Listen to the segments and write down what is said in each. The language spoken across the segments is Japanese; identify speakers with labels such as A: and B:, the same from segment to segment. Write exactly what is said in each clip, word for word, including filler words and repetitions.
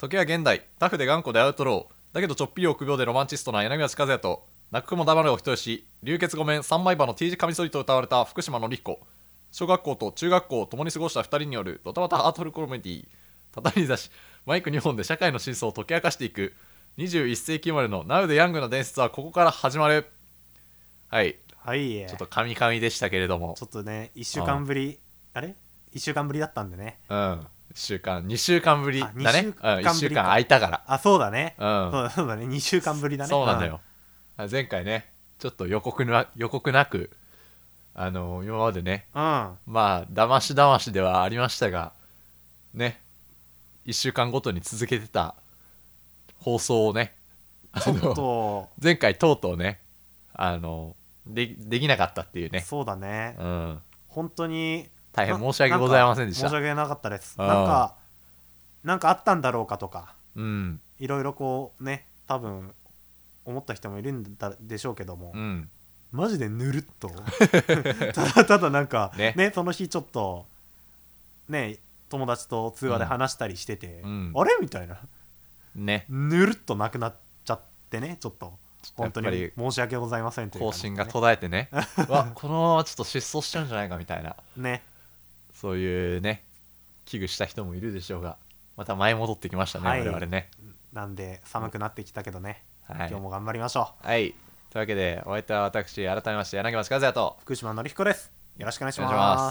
A: 時は現代、タフで頑固でアウトロー、だけどちょっぴり臆病でロマンチストな柳橋和也と、泣く子も黙るお人よし、流血ごめん三枚刃の T 字カミソリと歌われた福島のり彦。小学校と中学校を共に過ごしたふたりによるドタバタアートルコメディ、畳に座しマイクにほんで社会の真相を解き明かしていくにじゅういっ世紀生まれのナウでヤングな伝説はここから始まる。はい、
B: はい、
A: ちょっとカミカミでしたけれども、
B: ちょっとねいっしゅうかんぶり、あ, あれいっしゅうかんぶりだったんでね。
A: うんいっしゅうかんにしゅうかんぶりだね。
B: にしゅうかんぶりか
A: うん、いっしゅうかん空いたから。
B: あ、そうだね、
A: うん、
B: そうだそうだね、にしゅうかんぶりだね。
A: そうなんだよ、うん、前回ねちょっと予告な予告なくあの今までね、
B: うん、
A: まあだましだましではありましたがね、いっしゅうかんごとに続けてた放送をね、
B: ちょっと
A: 前回とうとうねあの で, できなかったっていうね。
B: そうだね、
A: うん、
B: 本当に
A: 大変申し訳ございませんでした。
B: 申し訳なかったです。
A: うん、
B: なんかなんかあったんだろうかとか、
A: うん、
B: いろいろこうね多分思った人もいるんだでしょうけども、
A: うん、
B: マジでぬるっとただただなんか ね, ねその日ちょっとね友達と通話で話したりしてて、
A: うん、
B: あれみたいな
A: ね、
B: ぬるっとなくなっちゃってね、ちょっと本当に申し訳ございませんという
A: 更新が途絶えてねわこのままちょっと失踪しちゃうんじゃないかみたいな
B: ね、
A: そういうね危惧した人もいるでしょうが、また前戻ってきましたね、はい、我々ね。
B: なんで寒くなってきたけどね、はい、今日も頑張りましょ
A: う。はい、というわけでお相手は私改めまして柳橋和也と
B: 福島のりひこです。よろしくお願いします。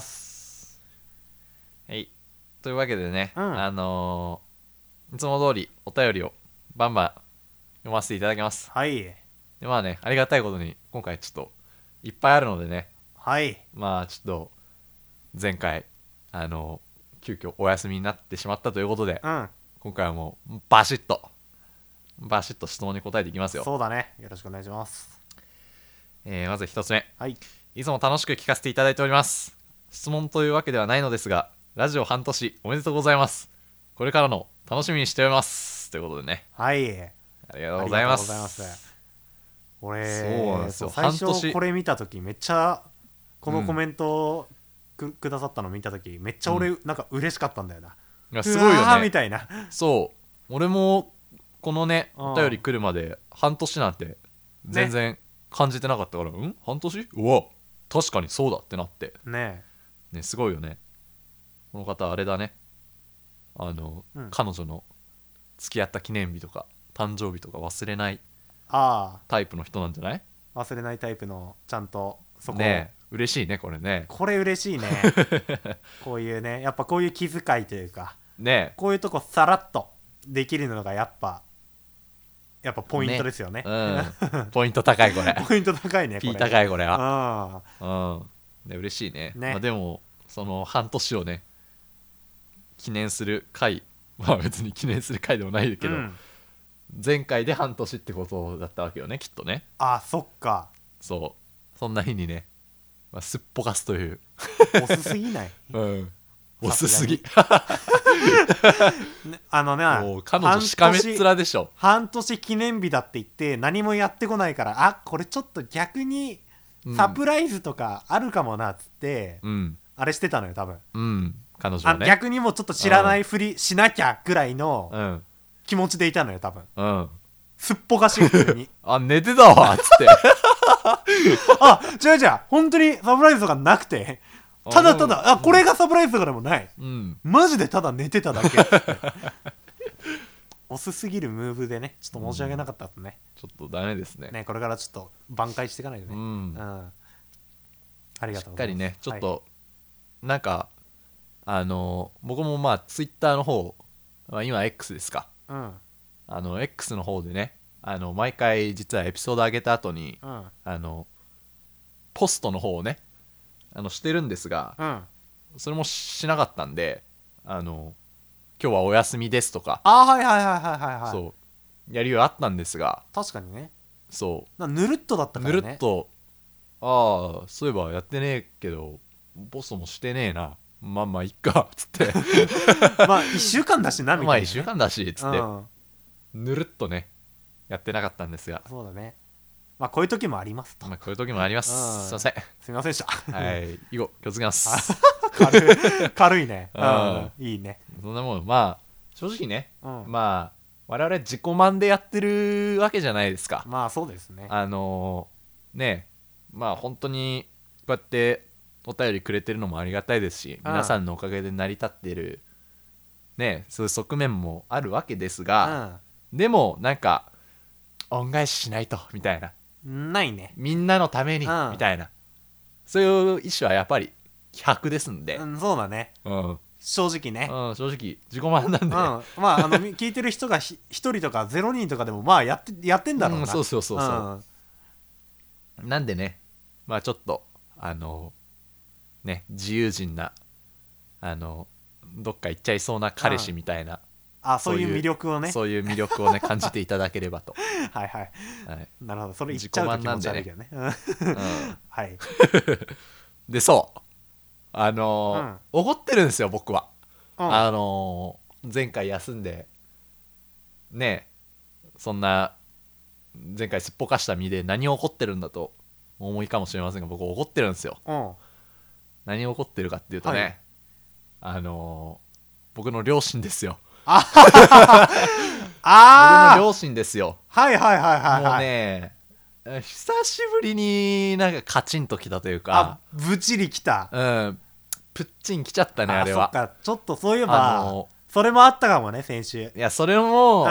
A: はい、というわけでね、
B: うん、
A: あのー、いつも通りお便りをバンバン読ませていただきます。
B: はい。
A: でまあね、ありがたいことに今回ちょっといっぱいあるのでね、
B: はい、
A: まあちょっと前回あのー、急遽お休みになってしまったということで、
B: うん、
A: 今回はもうバシッとバシッと質問に答えていきますよ。
B: そうだね、よろしくお願いします。
A: えー、まずひとつめ、
B: はい、
A: いつも楽しく聞かせていただいております。質問というわけではないのですが、ラジオ半年おめでとうございます。これからの楽しみにしておりますということでね。
B: はい、
A: ありがとうございます。
B: ます俺
A: そうなんですよ、
B: 最初これ見た時めっちゃこのコメントく、うん、くださったの見た時めっちゃ俺、うん、なんか嬉しかったんだよな。
A: いやすごいよね
B: みたいな。
A: そう俺もこのねお便り来るまで半年なんて全然感じてなかったから、ね、うん半年うわ確かにそうだってなって
B: ね
A: えね、すごいよね。この方あれだね、あの、うん、彼女の付き合った記念日とか誕生日とか忘れないタイプの人なんじゃない？
B: 忘れないタイプのちゃんとそこ
A: ねえ嬉しいねこれね。
B: これ嬉しいねこういうねやっぱこういう気遣いというか
A: ね
B: こういうとこさらっとできるのがやっぱやっぱポイントですよね。
A: ね、うん、ポイント高いこれ
B: ポイント高いねこれ。
A: ピー高いこれは。
B: うん、
A: うんで嬉しいね。
B: ね、
A: まあ、でもその半年をね記念する回まあ別に記念する回でもないけど、うん、前回で半年ってことだったわけよねきっとね。
B: あそっか。
A: そうそんな日にね、まあ、すっぽかすという
B: おすすぎない
A: うんおすすぎ
B: あのねも
A: う彼女しかめっ面でしょ。
B: 半年記念日だって言って何もやってこないからあこれちょっと逆にサプライズとかあるかもなっつって、うん、あれしてたのよ多分。
A: うん彼女はね
B: 逆にもうちょっと知らないふりしなきゃぐらいの気持ちでいたのよ多分。
A: うん、
B: すっぽかしい風に
A: あ寝てたわっつって
B: あ違う違う本当にサプライズとかなくてただただ あ, あこれがサプライズとかでもない、うん、マジでただ寝てただけ遅すぎるムーブでねちょっと申し訳なかったですね、
A: うん、ちょっとダメです ね,
B: ねこれからちょっと挽回していかないとね、うん
A: うん、
B: ありがとうございます。しっ
A: かりねちょっと、はい、なんかあの僕もまあツイッターの方、まあ、今 X ですか、
B: うん、
A: あの X の方でねあの毎回実はエピソード上げた後に、
B: うん、
A: あのポストの方をねあのしてるんですが、
B: うん、
A: それもしなかったんであの今日はお休みですとか
B: あはいはいはいはいはいはい
A: そうやりようあったんですが
B: 確かにね
A: そう
B: ぬるっとだったからね
A: ぬるっとああそういえばやってねえけどポストもしてねえなまあまあいっかっつって
B: まあいっしゅうかんだしなみたいな、ね、
A: まあいっしゅうかんだしっつって、
B: うん、
A: ぬるっとねやってなかったんですが
B: そうだねまあこういう時もありますと、
A: まあ、こういう時もあります、うん、すいません
B: すいませんでした
A: はい以後気をつけます
B: 軽い軽いね、
A: うん、
B: いいね
A: そんなもんまあ正直ね、
B: うん、
A: まあ我々自己満でやってるわけじゃないですか。
B: まあそうですね。
A: あのー、ねまあ本当にこうやってお便りくれてるのもありがたいですし、
B: うん、
A: 皆さんのおかげで成り立ってるねそういう側面もあるわけですが、うん、でもなんか恩返ししないとみたいな、
B: ないね、
A: みんなのために、うん、みたいな、そういう意思はやっぱり希薄ですんで、
B: うん、そうだね、うん、正直ね、
A: うん、正直自己満なんで、うん、
B: まああの聞いてる人がひひとりとかゼロにんとかでもまあやってやってんだろうな、うん、
A: そうそうそうそう、うん、なんでね、まあちょっとあのね自由人なあのどっか行っちゃいそうな彼氏みたいな、うん、
B: あそういう魅力をね
A: そういう魅力をね感じていただければと
B: はいはい、はい、なるほど、それ言っち
A: ゃ
B: うと気持ち悪いけどね、うん、はい
A: でそうあのー、怒、うん、ってるんですよ僕は、うん、あのー、前回休んでねそんな前回すっぽかした身で何を怒ってるんだとお思いかもしれませんが、僕怒ってるんですよ、うん、何を怒ってるかっていうとね、はい、あのー、僕の両親ですよあ僕の両親ですよ、
B: はいはいはいはい、はい、
A: もうね久しぶりになんかカチンときたというか、
B: あブチリきた、
A: うんプッチンきちゃったね あ, あれは。
B: そっか、ちょっとそういえば、あのー、それもあったかもね先週。
A: いやそれも、うん、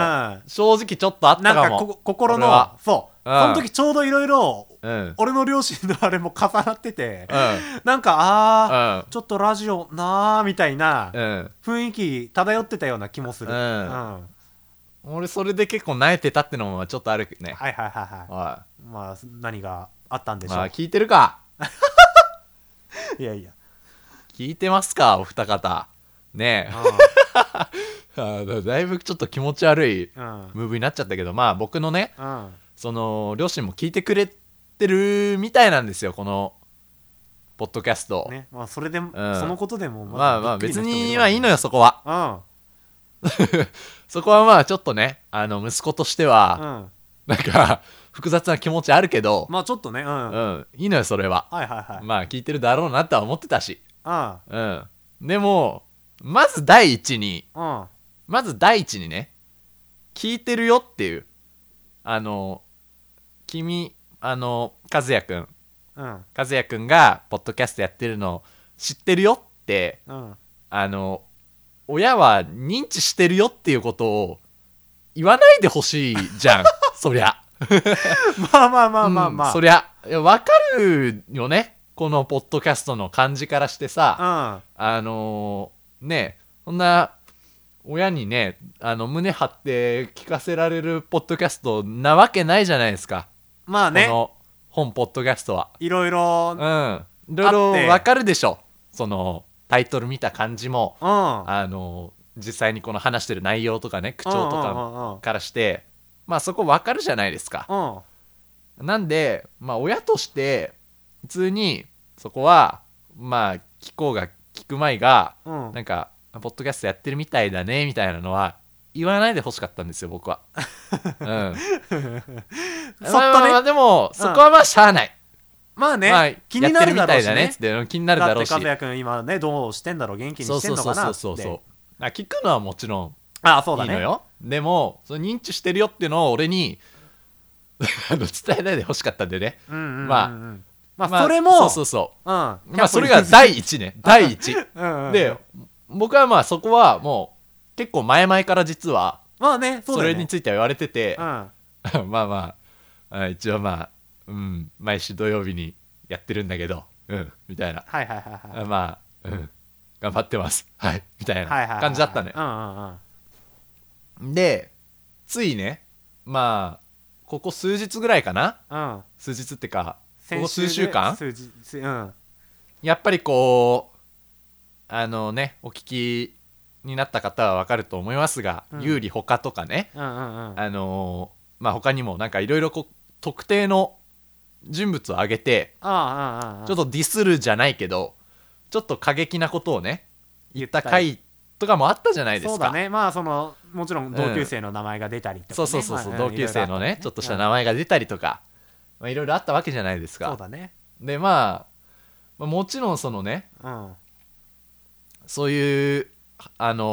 A: 正直ちょっとあったかも。
B: なんかこ心のそう、うん、その時ちょうどいろいろ俺の両親のあれも重なってて、うん、なんかあー、うん、ちょっとラジオなーみたいな雰囲気漂ってたような気もする、うんうん、
A: 俺それで結構萎えてたってのもちょっとあるね。
B: はいはいはいはい、はい、まあ何があったんでしょう。
A: まあ聞いてるか
B: いやいや
A: 聞いてますかお二方ねえだいぶちょっと気持ち悪いムーブになっちゃったけど、まあ僕のね、うん、その両親も聞いてくれてるみたいなんですよこのポッドキャスト、
B: ね、まあそれで、うん、そのことでも
A: まあまあ別にはいいのよそこは、うん、そこはまあちょっとねあの息子としては、うん、なんか複雑な気持ちあるけど
B: まあちょっとね、うん
A: うん、いいのよそれは、
B: はいはいはい、
A: まあ聞いてるだろうなとは思ってたし、うんうん、でもまず第一に、うん、まず第一にね聞いてるよっていうあの君あの和也くん、うん、和也くんがポッドキャストやってるの知ってるよって、うん、あの親は認知してるよっていうことを言わないでほしいじゃんそりゃ
B: まあまあまあまあまあ、
A: うん、そりゃ分かるよねこのポッドキャストの感じからしてさ、うん、あのー、ねそんな親にねあの胸張って聞かせられるポッドキャストなわけないじゃないですか。
B: まあね
A: この本ポッドキャストはい
B: ろいろ
A: うんいろいろ分かるでしょそのタイトル見た感じも、うん、あの実際にこの話してる内容とかね口調とかからして、うんうんうん、まあそこ分かるじゃないですか、うん、なんでまあ親として普通にそこはまあ聞こうが聞くまいが、うん、なんかポッドキャストやってるみたいだねみたいなのは言わないでほしかったんですよ僕はうんそっとね、まあまあでもそこはまあしゃあない、
B: うん、まあね、まあ、気になるだろうしね、
A: って気になるだろうし
B: だって和也くん今ねどうしてんだろう元気にしてんのかなって
A: そうそうそうそうそう聞くのはもちろん
B: ああそうだね
A: いいのよ。でもその認知してるよっていうのを俺に伝えないでほしかったんでね、うんうんうんうん、まあ
B: まあ、まあ、それも
A: そうそうそう、うん、まあそれが第一ね第一うんうん、で僕はまあそこはもう結構前々から実は
B: まあねそうだよね、
A: それについては言われてて、うん、まあまあ一応まあ、うん、毎週土曜日にやってるんだけど、うん、みたいな、
B: はいはいはいはい、
A: まあ、うん、頑張ってますはいみたいな感じだったね、でついねまあここ数日ぐらいかな、うん、数日ってかここ数週間数日、うん、やっぱりこうあのねお聞きになった方は分かると思いますが、うん、有利他とかね、うんうんうん、あのー、まあ他にもなんかいろいろ特定の人物を挙げてちょっとディスるじゃないけどちょっと過激なことをね言った回とかもあったじゃないですか。
B: そうだね、まあそのもちろん同級生の名前が出たりとか、ね、
A: そうそうそうそう、まあ、同級生のねちょっとした名前が出たりとか、まあ、いろいろあったわけじゃないですか。
B: そうだね。
A: で、まあ、まあもちろんそのね、うん、そういうあの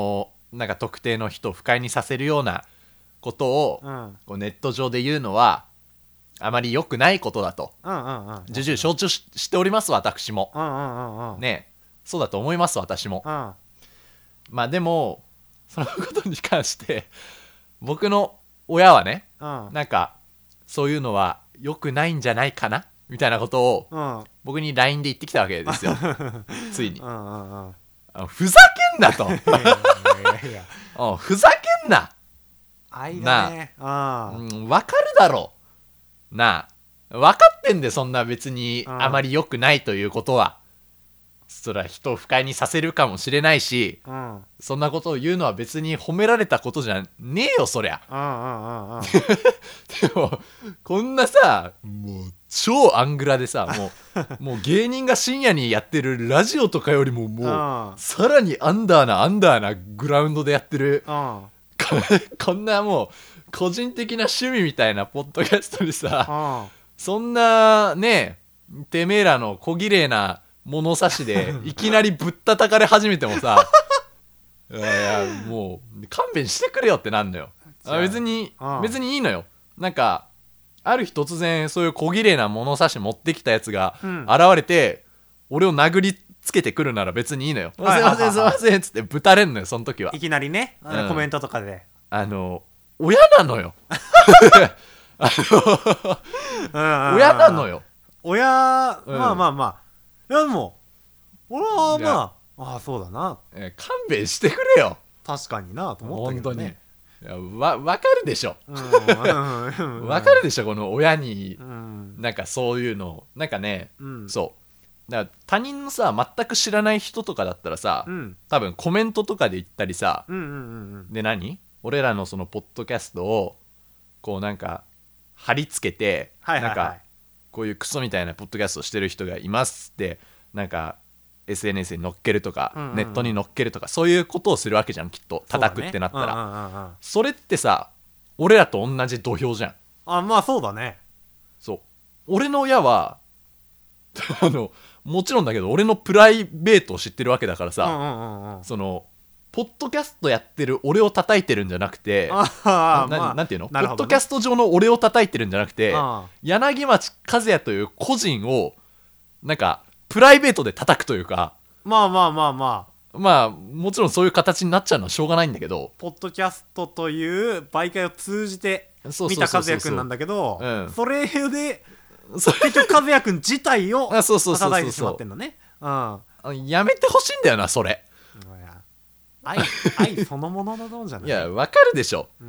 A: なんか特定の人を不快にさせるようなことを、うん、こうネット上で言うのはあまり良くないことだと、うんうんうん、重々承知 し, しております私も、うんうんうんうん、ねそうだと思います私も、うん、まあでもそのことに関して僕の親はね、うん、なんかそういうのは良くないんじゃないかなみたいなことを、うん、僕に ライン で言ってきたわけですよついに、うんうんうん、あふざけんなといやいやいやいやふざけんな
B: 愛がね
A: なあ、うん、分かるだろうなあ分かってんでそんな別にあまり良くないということは、それは人を不快にさせるかもしれないし、うん、そんなことを言うのは別に褒められたことじゃねえよそりゃ、うんうんうんうん、でもこんなさもう超アングラでさもう、もう芸人が深夜にやってるラジオとかよりももうさらにアンダーなアンダーなグラウンドでやってる、うん、こんなもう個人的な趣味みたいなポッドキャストにさ、うん、そんなねてめえらの小綺麗な物差しでいきなりぶったたかれ始めてもさいやいやもう勘弁してくれよってなんのよ。あ別に別にいいのよ。なんかある日突然そういう小綺麗な物差し持ってきたやつが現れて、うん、俺を殴りつけてくるなら別にいいのよ。すいませんすいませんっつってぶたれんのよその時は。
B: いきなりね、うん、コメントとかで
A: あの親なのよあの親なのよ。
B: 親、うん、まあまあまあいやでも俺はまあああそうだな、
A: え勘弁してくれよ。
B: 確かになと思ったけどね。
A: 本当にいやわ分かるでしょ、うん、分かるでしょこの親に、うん、なんかそういうのなんかね、うん、そうだから他人のさ全く知らない人とかだったらさ、うん、多分コメントとかで言ったりさ、うんうんうんうん、で何俺らのそのポッドキャストをこうなんか貼り付けて、はいはいはい、なんかこういうクソみたいなポッドキャストをしてる人がいますってなんか エスエヌエス に載っけるとか、うんうんうん、ネットに載っけるとかそういうことをするわけじゃんきっと叩くってなったら そ,、ねうんうんうんうん、それってさ俺らと同じ土俵じゃん。
B: あまあそうだね。
A: そう俺の親はあのもちろんだけど俺のプライベートを知ってるわけだからさ、うんうんうんうん、そのポッドキャストやってる俺を叩いてるんじゃなくてあな、まあ、なんていうの、ね、ポッドキャスト上の俺を叩いてるんじゃなくて柳町和也という個人をなんかプライベートで叩くというか
B: まあまあまあま
A: あまあもちろんそういう形になっちゃうのはしょうがないんだけど
B: ポッドキャストという媒介を通じて見た和也くんなんだけど、うん、それで結局和也くん自体を叩いてしまってんのね。
A: やめてほしいんだよなそれ。
B: 愛, 愛そのもののどんじゃない。
A: いや分かるでしょ、うん、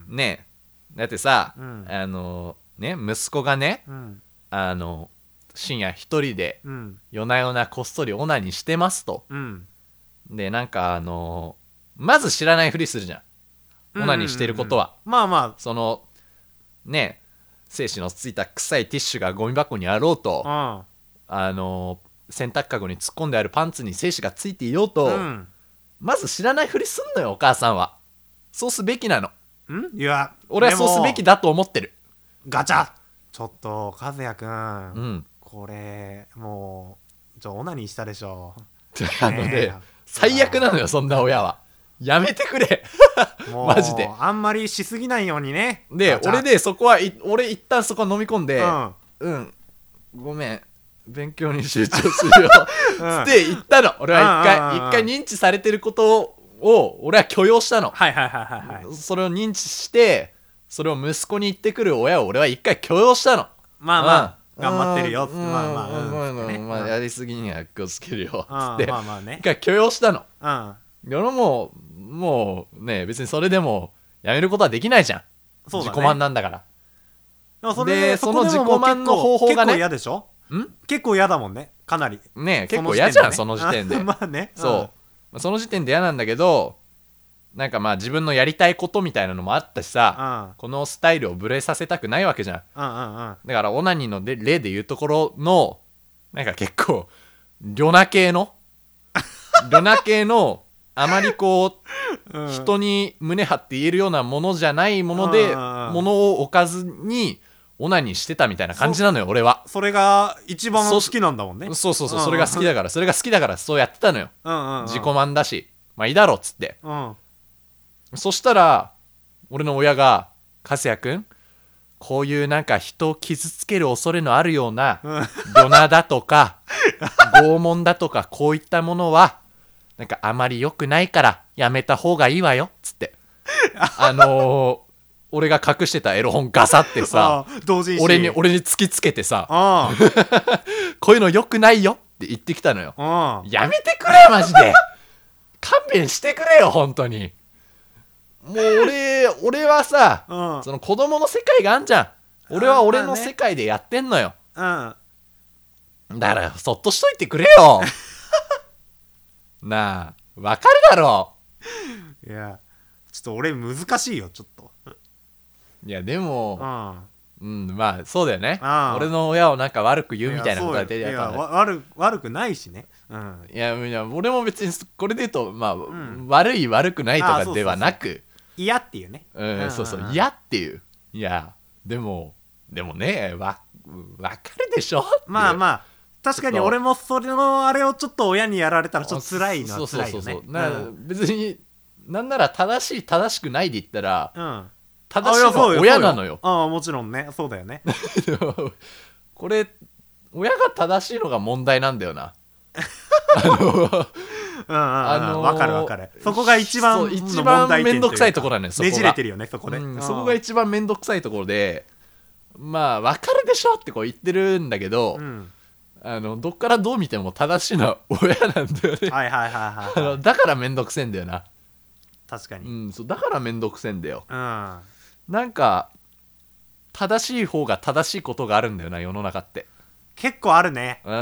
A: ねえだってさ、うん、あのね息子がね、うん、あの深夜一人で、うん、夜な夜なこっそりオナニーしてますと、うん、でなんかあのまず知らないふりするじゃんオナニーしてることは、
B: うんうんうん、まあまあ
A: そのね精子のついた臭いティッシュがゴミ箱にあろうと、うん、あの洗濯かごに突っ込んであるパンツに精子がついていようと、うんまず知らないふりすんのよお母さんは。そうすべきなの。
B: んいや
A: 俺はそうすべきだと思ってる。
B: ガチャちょっと和也くん、うん、これもうちょオナニーしたでしょ
A: あのね、ね最悪なのよそんな親は。やめてくれマジで
B: あんまりしすぎないようにね。
A: で俺でそこは俺一旦そこ飲み込んで、うん、うん、ごめん勉強に集中するよって言ったの俺は一回一回認知されてることを俺は許容したの。はいはいはいはい、はい、それを認知してそれを息子に言ってくる親を俺は一回許容したの。
B: まあまあ、うん、頑張ってるよってまあまあ、
A: うんね、まあやりすぎには気をつけるよっつってまあまあ、ね、一回許容したの。うん、俺ももうね別にそれでもやめることはできないじゃん。そうだね、自己満なんだから。
B: でもそれでその自己満の方法がね結構嫌でしょ。ん結構嫌だもんねかなり
A: ね結構嫌じゃんその時点で
B: まあね、うん、
A: そう、その時点で嫌なんだけどなんかまあ自分のやりたいことみたいなのもあったしさ、うん、このスタイルをブレさせたくないわけじゃん、うんうんうん、だからオナニーの例で言うところのなんか結構リョナ系のリョナ系のあまりこう、うん、人に胸張って言えるようなものじゃないもので、うんうん、ものを置かずにオナニーしてたみたいな感じなのよ俺は。
B: それが一番好きなんだもんね。
A: そそうそうそう、うんうん、それが好きだからそれが好きだからそうやってたのよ、うんうんうん、自己満だしまあいいだろっつって、うん、 そしたら俺の親が和也くんこういうなんか人を傷つける恐れのあるようなドナだとか拷問だとかこういったものはなんかあまり良くないからやめた方がいいわよっつってあのー、俺が隠してたエロ本ガサってさ俺に俺に突きつけてさこういうの良くないよって言ってきたのよ。やめてくれマジで勘弁してくれよ本当に。もう俺俺はさ、うん、その子供の世界があんじゃん。俺は俺の世界でやってんのよ、うん、だからそっとしといてくれよなあわかるだろ。
B: いやちょっと俺難しいよちょっと。
A: いやでもうん、うん、まあそうだよね。俺の親をなんか悪く言うみたいなことが出てたから、
B: 悪悪くないしね、うん、
A: いやいや俺も別にこれで言うとまあ、うん、悪い悪くないとかではなく
B: 嫌っていうね、
A: うんうん、そうそう嫌っていう。いやでもでもねわ分かるでしょ。
B: まあまあ確かに俺もそれのあれをちょっと親にやられたらちょっと辛いのは辛いよね。そうそうそうそう、な、うん、
A: 別になんなら正しい正しくないで言ったら、うん、正しいのは親なのよ。
B: ああもちろんねそうだよね
A: これ親が正しいのが問題なんだよなあのうんうん、うん、
B: あのー、分かる分かる。そこが一番の
A: 一番面倒くさいところだね。そこが
B: ねじれてるよねそこで、
A: うん、そこが一番面倒くさいところでまあ分かるでしょってこう言ってるんだけど、うん、あのどっからどう見ても正しいのは親なんだよね。
B: はいはいはいはい、はい、
A: だから面倒くせえんだよな。
B: 確かに、
A: うん、そうだから面倒くせえんだよ、うん、なんか正しい方が正しいことがあるんだよな世の中って。
B: 結構あるね。
A: うん。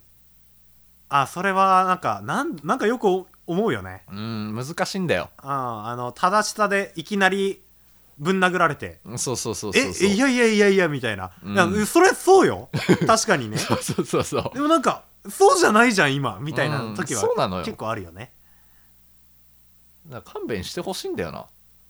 B: あそれはなんかなんなんかよく思うよね。
A: うん難しいんだよ。
B: ああの正しさでいきなりぶん殴られて
A: そうそうそうそう
B: そうえいやいやいやいやみたいな、うん、いやそれそうよ確かにね
A: そうそうそうそう
B: でもなんかそうじゃないじゃん今みたいな時は、うん、そうなのよ結構あるよね。
A: だから勘弁してほしいんだよな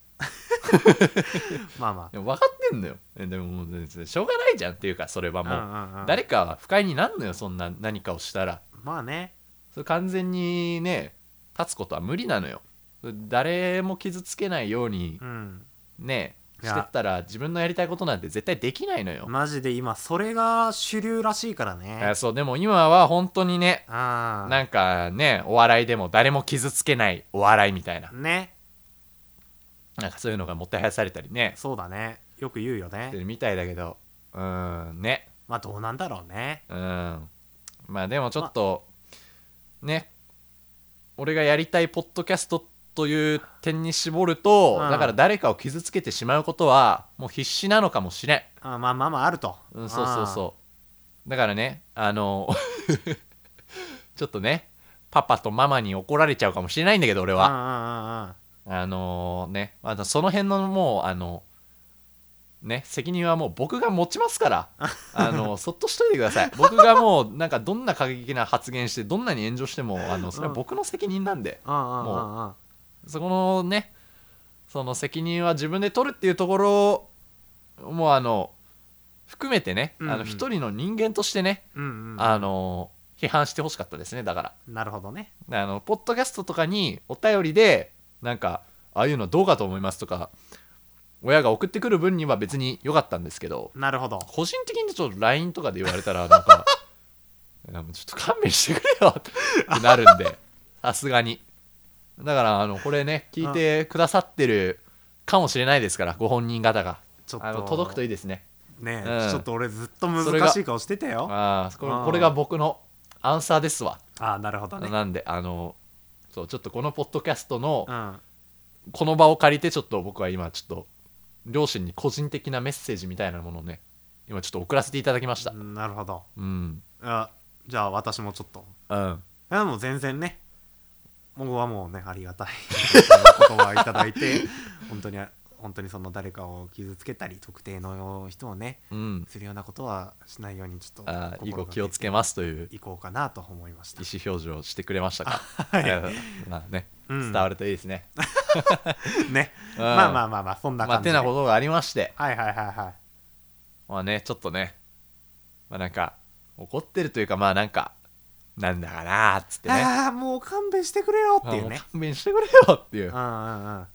B: まあまあ
A: でも分かってんのよ。でももうしょうがないじゃんっていうかそれはもう、うんうんうん、誰かは不快になるのよそんな何かをしたら。
B: まあね
A: それ完全にね立つことは無理なのよ。誰も傷つけないように、うん、ねしてったら自分のやりたいことなんて絶対できないのよ。
B: マジで今それが主流らしいからね。
A: そうでも今は本当にねなんかねお笑いでも誰も傷つけないお笑いみたいな
B: ね
A: なんかそういうのがもてはやされたりね。
B: そうだねよく言うよね
A: みたいだけどうんね
B: まあどうなんだろうね。
A: うんまあでもちょっと、ま、ね俺がやりたいポッドキャストという点に絞ると、うん、だから誰かを傷つけてしまうことはもう必至なのかもしれん。
B: あまあまあまああると、
A: うん、そうそうそうだからねあのちょっとねパパとママに怒られちゃうかもしれないんだけど俺はあのー、ねあのその辺のもうあのね責任はもう僕が持ちますからあのそっとしといてください。僕がもうなんかどんな過激な発言してどんなに炎上してもあのそれは僕の責任なんで、うん、もうそこのねその責任は自分で取るっていうところもあの含めてね、うんうん、あの一人の人間としてね、うんうんうん、あの批判してほしかったですね。だから
B: なるほどね
A: あのポッドキャストとかにお便りでなんかああいうのどうかと思いますとか親が送ってくる分には別に良かったんですけど
B: なるほど
A: 個人的にちょっと ライン とかで言われたらなんかちょっと勘弁してくれよってなるんでさすがにだからあのこれね聞いてくださってるかもしれないですからご本人方がちょっとあの届くといいですね。
B: ねえ、うん、ちょっと俺ずっと難しい顔してたよ。
A: あこれこれが僕のアンサーですわ。
B: あなるほどね。
A: なんであのそうちょっとこのポッドキャストの、うん、この場を借りてちょっと僕は今ちょっと両親に個人的なメッセージみたいなものをね今ちょっと送らせていただきました。
B: なるほど、
A: うん、
B: あじゃあ私もちょっと、うん、いやもう全然ね僕はもうねありがたい言葉をいただいて本当に本当にその誰かを傷つけたり特定の人をね、うん、するようなことはしないようにちょっと
A: あ以後気をつけますという
B: いこうかなと思いました。
A: 意思表示をしてくれましたか
B: はい
A: まあね、うん、伝わるといいですね
B: ね、うん、まあまあまあまあそんな感じで、
A: まあ、てなことがありまして
B: はいはいはいはい
A: まあねちょっとねまあなんか怒ってるというかまあなんかなんだかなーっつってね
B: ああもう勘弁してくれよっていうね
A: 勘弁してくれよっていう
B: うんうんうん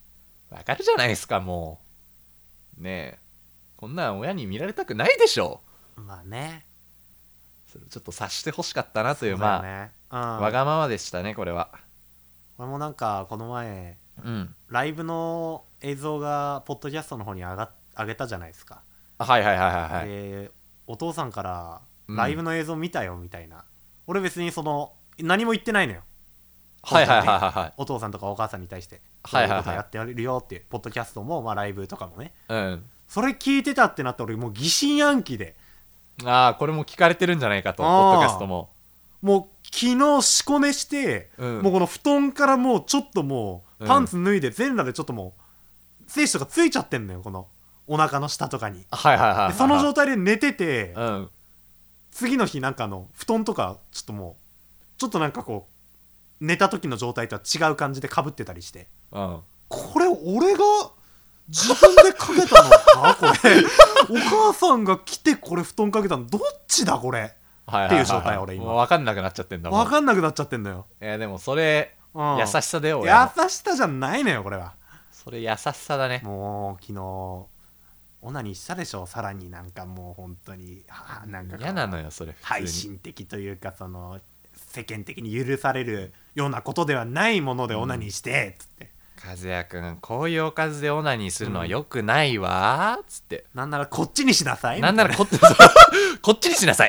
A: わかるじゃないですかもうねえ、こんなん親に見られたくないでしょ。
B: まあね、
A: それちょっと察してほしかったなという、
B: そうだよ
A: ま
B: ね、
A: あ
B: うん、
A: わがままでしたねこれは。
B: 俺もなんかこの前
A: うん
B: ライブの映像がポッドキャストの方に上が上げたじゃないですか、
A: はいはいはいはいはい。
B: でお父さんから
A: うん
B: ライブの映像見たよみたいな、俺別にその何も言ってないのよ、
A: はいはいはいはいはい。
B: お父さんとかお母さんに対して
A: はいはいはい
B: こういうことやってやるよっていうポッドキャストも、まあ、ライブとかもね、
A: うん
B: それ聞いてたってなったら俺もう疑心暗鬼で、
A: ああこれも聞かれてるんじゃないかと、ポ
B: あー
A: ッドキャストも。
B: もう昨日しこ寝して、
A: うん
B: もうこの布団からもうちょっともう
A: うん
B: パンツ脱いで全裸でちょっともう精子とかついちゃってんのよ、このお腹の下とかに。
A: はいはいはいはいはい。
B: でその状態で寝てて、
A: うん
B: 次の日なんかあの布団とかちょっともうちょっとなんかこう寝た時の状態とは違う感じでかぶってたりして、
A: うん
B: これ俺が自分でかけたのかこれお母さんが来てこれ布団かけたのどっちだこれ
A: はいはいはいはい
B: っていう状態俺今
A: もう分かんなくなっちゃってんだもん。
B: 分かんなくなっちゃってんのよ、
A: いやでもそれ
B: うん、
A: 優しさだよ俺の。
B: 優しさじゃないのよこれは。
A: それ優しさだね。
B: もう昨日オナニーしたでしょ、さらになんかもう本当にはあなんかこう
A: 嫌なのよそれ普通に。
B: 配信的というかその世間的に許されるようなことではないものでオナニーしてつって、
A: 和也くんこういうおかずでオナニーするのはよくないわーっつって、
B: なんならこっちにしなさい
A: なんなら
B: み
A: こっちこっちにしなさい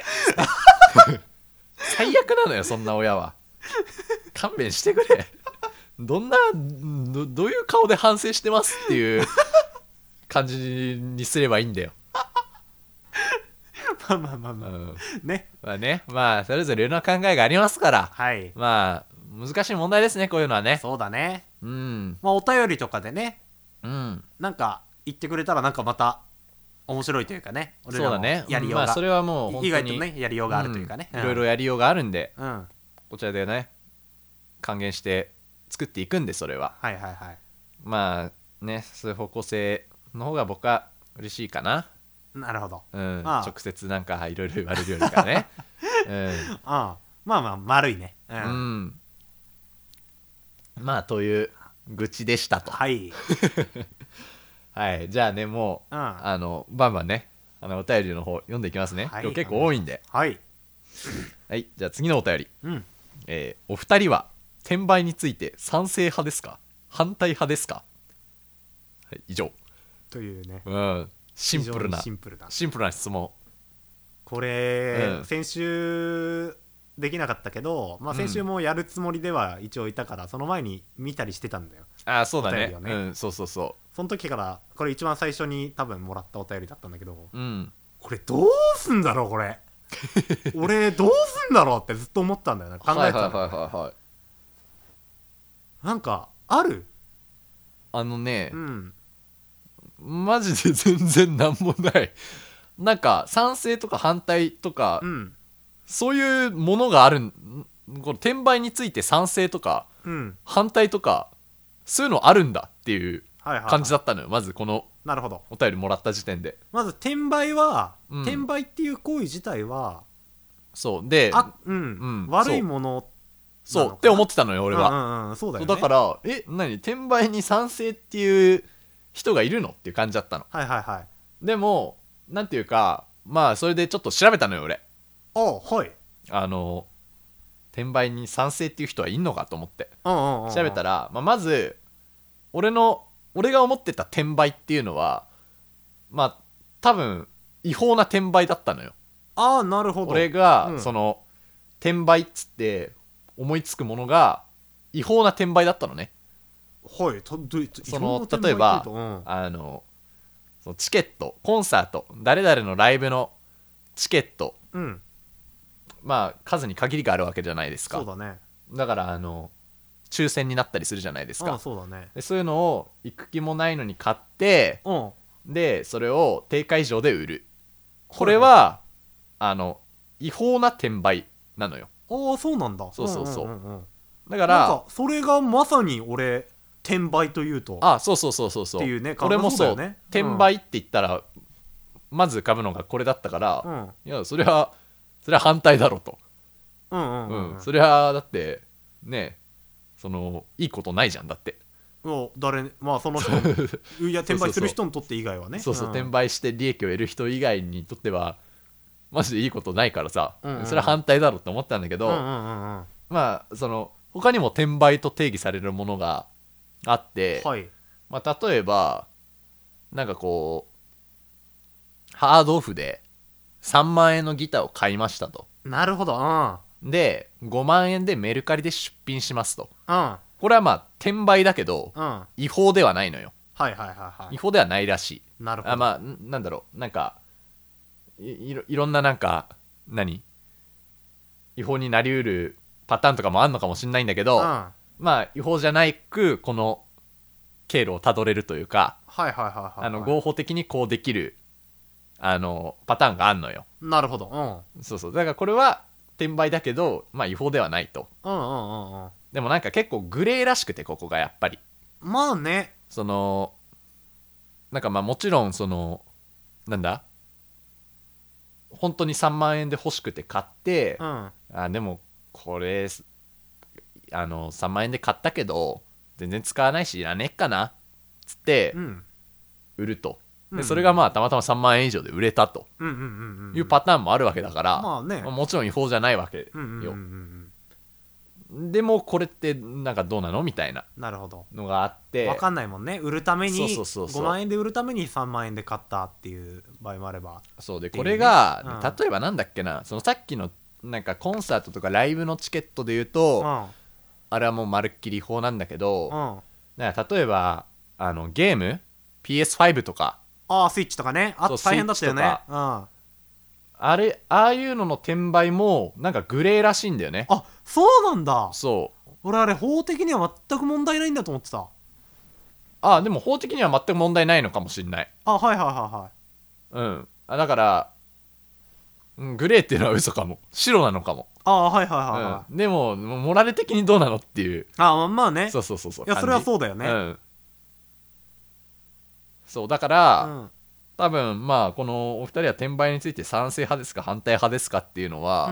A: 最悪なのよそんな親は。勘弁してくれ。どんな ど, どういう顔で反省してますっていう感じにすればいいんだよ。
B: たいなまあまあまあまあ、
A: うん
B: ね、
A: まあね、まあそれぞれいろんな考えがありますから、
B: はい
A: まあ難しい問題ですねこういうのはね。
B: そうだね、
A: うん
B: まあお便りとかでね
A: うん
B: なんか言ってくれたらなんかまた面白いというかね、俺らも
A: そうだね。
B: やりようが、
A: まあそれはもう本当に
B: 意外とねやりようがあるというかね、
A: うんいろいろやりようがあるんで、
B: うん、うん、
A: こちらでね還元して作っていくんで、それは
B: はいはいはい
A: まあねそういう方向性の方が僕は嬉しいかな。
B: なるほど、
A: うん
B: ああ
A: 直接なんかいろいろ言われるよりかね
B: ああまあまあ丸いね、うん
A: うん、うん、まあという愚痴でしたと。
B: はい、
A: はいじゃあねもう、
B: うん、
A: あのバンバンねあのお便りの方読んでいきますね、
B: はい
A: 今日結構多いんで。
B: はい、
A: はいじゃあ次のお便り、
B: うん、
A: えーお二人は転売について賛成派ですか反対派ですか。はい以上。
B: というね
A: うんシンプルな
B: 非常にシンプルな
A: シンプルな質問。
B: これ、
A: うん
B: 先週できなかったけど、まあ、先週もやるつもりでは一応いたから、その前に見たりしてたんだよ。
A: ああそうだね
B: お便りをね
A: うんそうそうそ
B: その時からこれ一番最初に多分もらったお便りだったんだけど、
A: ううん
B: これどうすんだろうこれ俺どうすんだろうってずっと思ったんだよね、考えてたの、
A: はいはいはいはいはい。
B: なんかある、
A: あのね
B: う、ん、
A: マジで全然なんもないなんか賛成とか反対とか、
B: うん
A: そういうものがあるんこの転売について賛成とか
B: うん
A: 反対とかそういうのあるんだっていう
B: はいはい、はい、
A: 感じだったのよまずこの
B: なるほど。
A: お便りもらった時点で。
B: まず転売は、
A: うん
B: 転売っていう行為自体は
A: そうで
B: あ、うん
A: うん
B: 悪いもの
A: そうって思ってたのよ俺は、
B: うんうんうん、そうだよね、
A: そうだからえ何転売に賛成っていう人がいるのっていう感じだったの。
B: はいはいはい、
A: でもなんていうかまあそれでちょっと調べたのよ俺。
B: あはい、
A: あの転売に賛成っていう人はいんのかと思って
B: うんうんうんうん、
A: 調べたら、まあ、まず俺の俺が思ってた転売っていうのはまあ多分違法な転売だったのよ。
B: ああなるほど。
A: 俺が、
B: うん
A: その転売っつって思いつくものが違法な転売だったのね。
B: はいとどう
A: その
B: 違法な転売
A: 例えば
B: っていうとうん
A: あのそのチケットコンサート誰々のライブのチケット
B: うん
A: まあ数に限りがあるわけじゃないですか。
B: そうだね、
A: だからあの抽選になったりするじゃないですか。
B: ああそうだね、
A: でそういうのを行く気もないのに買って
B: うん
A: でそれを定価以上で売る。これはあの違法な転売なのよ。
B: ああそうなんだ。
A: そうそうそうん
B: んんん
A: だか
B: なん
A: ら
B: かそれがまさに俺転売というと
A: あそうそうそうそうそう
B: っていうね
A: 俺もそう
B: そうだよね
A: 転売って言ったらまず浮かぶのがこれだったから、
B: うん
A: いやそれはそれは反対だろうと、
B: うんうん
A: う
B: うんん、うん、
A: それはだってねそのいいことないじゃんだって。
B: もう誰まあその人いや転売する人にとって以外はね
A: そうそう、うん、転売して利益を得る人以外にとってはマジでいいことないからさ、うんうん、それは反対だろうって思ったんだけど、うんうんうんうん、まあその他にも転売と定義されるものがあって、はい、まあ、例えばなんかこうハードオフでさんまんえんのギターを買いましたと。
B: なるほど、
A: うん、でごまんえんでメルカリで出品しますと、
B: うん、
A: これはまあ転売だけど、
B: うん、
A: 違法ではないのよ。
B: はいはいはいはい。
A: 違法ではないらしい。
B: なるほど。
A: あまあなんだろう、なんか い, い, ろいろんななんか何違法になりうるパターンとかもあんのかもしれないんだけど、うん、まあ違法じゃないくこの経路をたどれるというか、
B: はいはいはいはい、はい、
A: あの合法的にこうできるあのパターンがあんのよ。
B: なるほど、
A: うん、そうそう、だからこれは転売だけどまあ違法ではないと。
B: うんうんうんうん。
A: でもなんか結構グレーらしくて、ここがやっぱり
B: まあね、
A: そのなんかまあもちろんそのなんだ本当にさんまんえんで欲しくて買って、
B: うん、
A: あでもこれあのさんまんえんで買ったけど全然使わないしいらねっかなっつって売ると、でそれがまあたまたまさんまんえん以上で売れたというパターンもあるわけだから、
B: まあね、
A: もちろん違法じゃないわけよ、うんうんうんうん、でもこれってなんかどうなのみたいなのがあって、
B: 分かんないもんね。売るためにごまんえんで売るためにさんまんえんで買ったっていう場合もあれば、
A: そうでこれが、うん、例えばなんだっけな、そのさっきのなんかコンサートとかライブのチケットで言うと、うん、あれはもうまるっきり違法なんだけど、うん、だから例えばあのゲーム ピーエスファイブ とか、
B: ああスイッチとかね、あ大変だったよね、うん、
A: あれああいうのの転売もなんかグレーらしいんだよね。
B: あそうなんだ。
A: そう
B: 俺あれ法的には全く問題ないんだと思ってた。
A: あでも法的には全く問題ないのかもしれない。
B: あはいはいはい
A: はい、うんあだからグレーっていうのは嘘かも、白なのかも。
B: あはいはいはいはい、
A: うん、でもモラル的にどうなのっていう。
B: あまあね、
A: そうそうそうそう、
B: いやそれはそうだよね、うん、
A: そうだから、うん、多分まあこのお二人は転売について賛成派ですか反対派ですかっていうのは、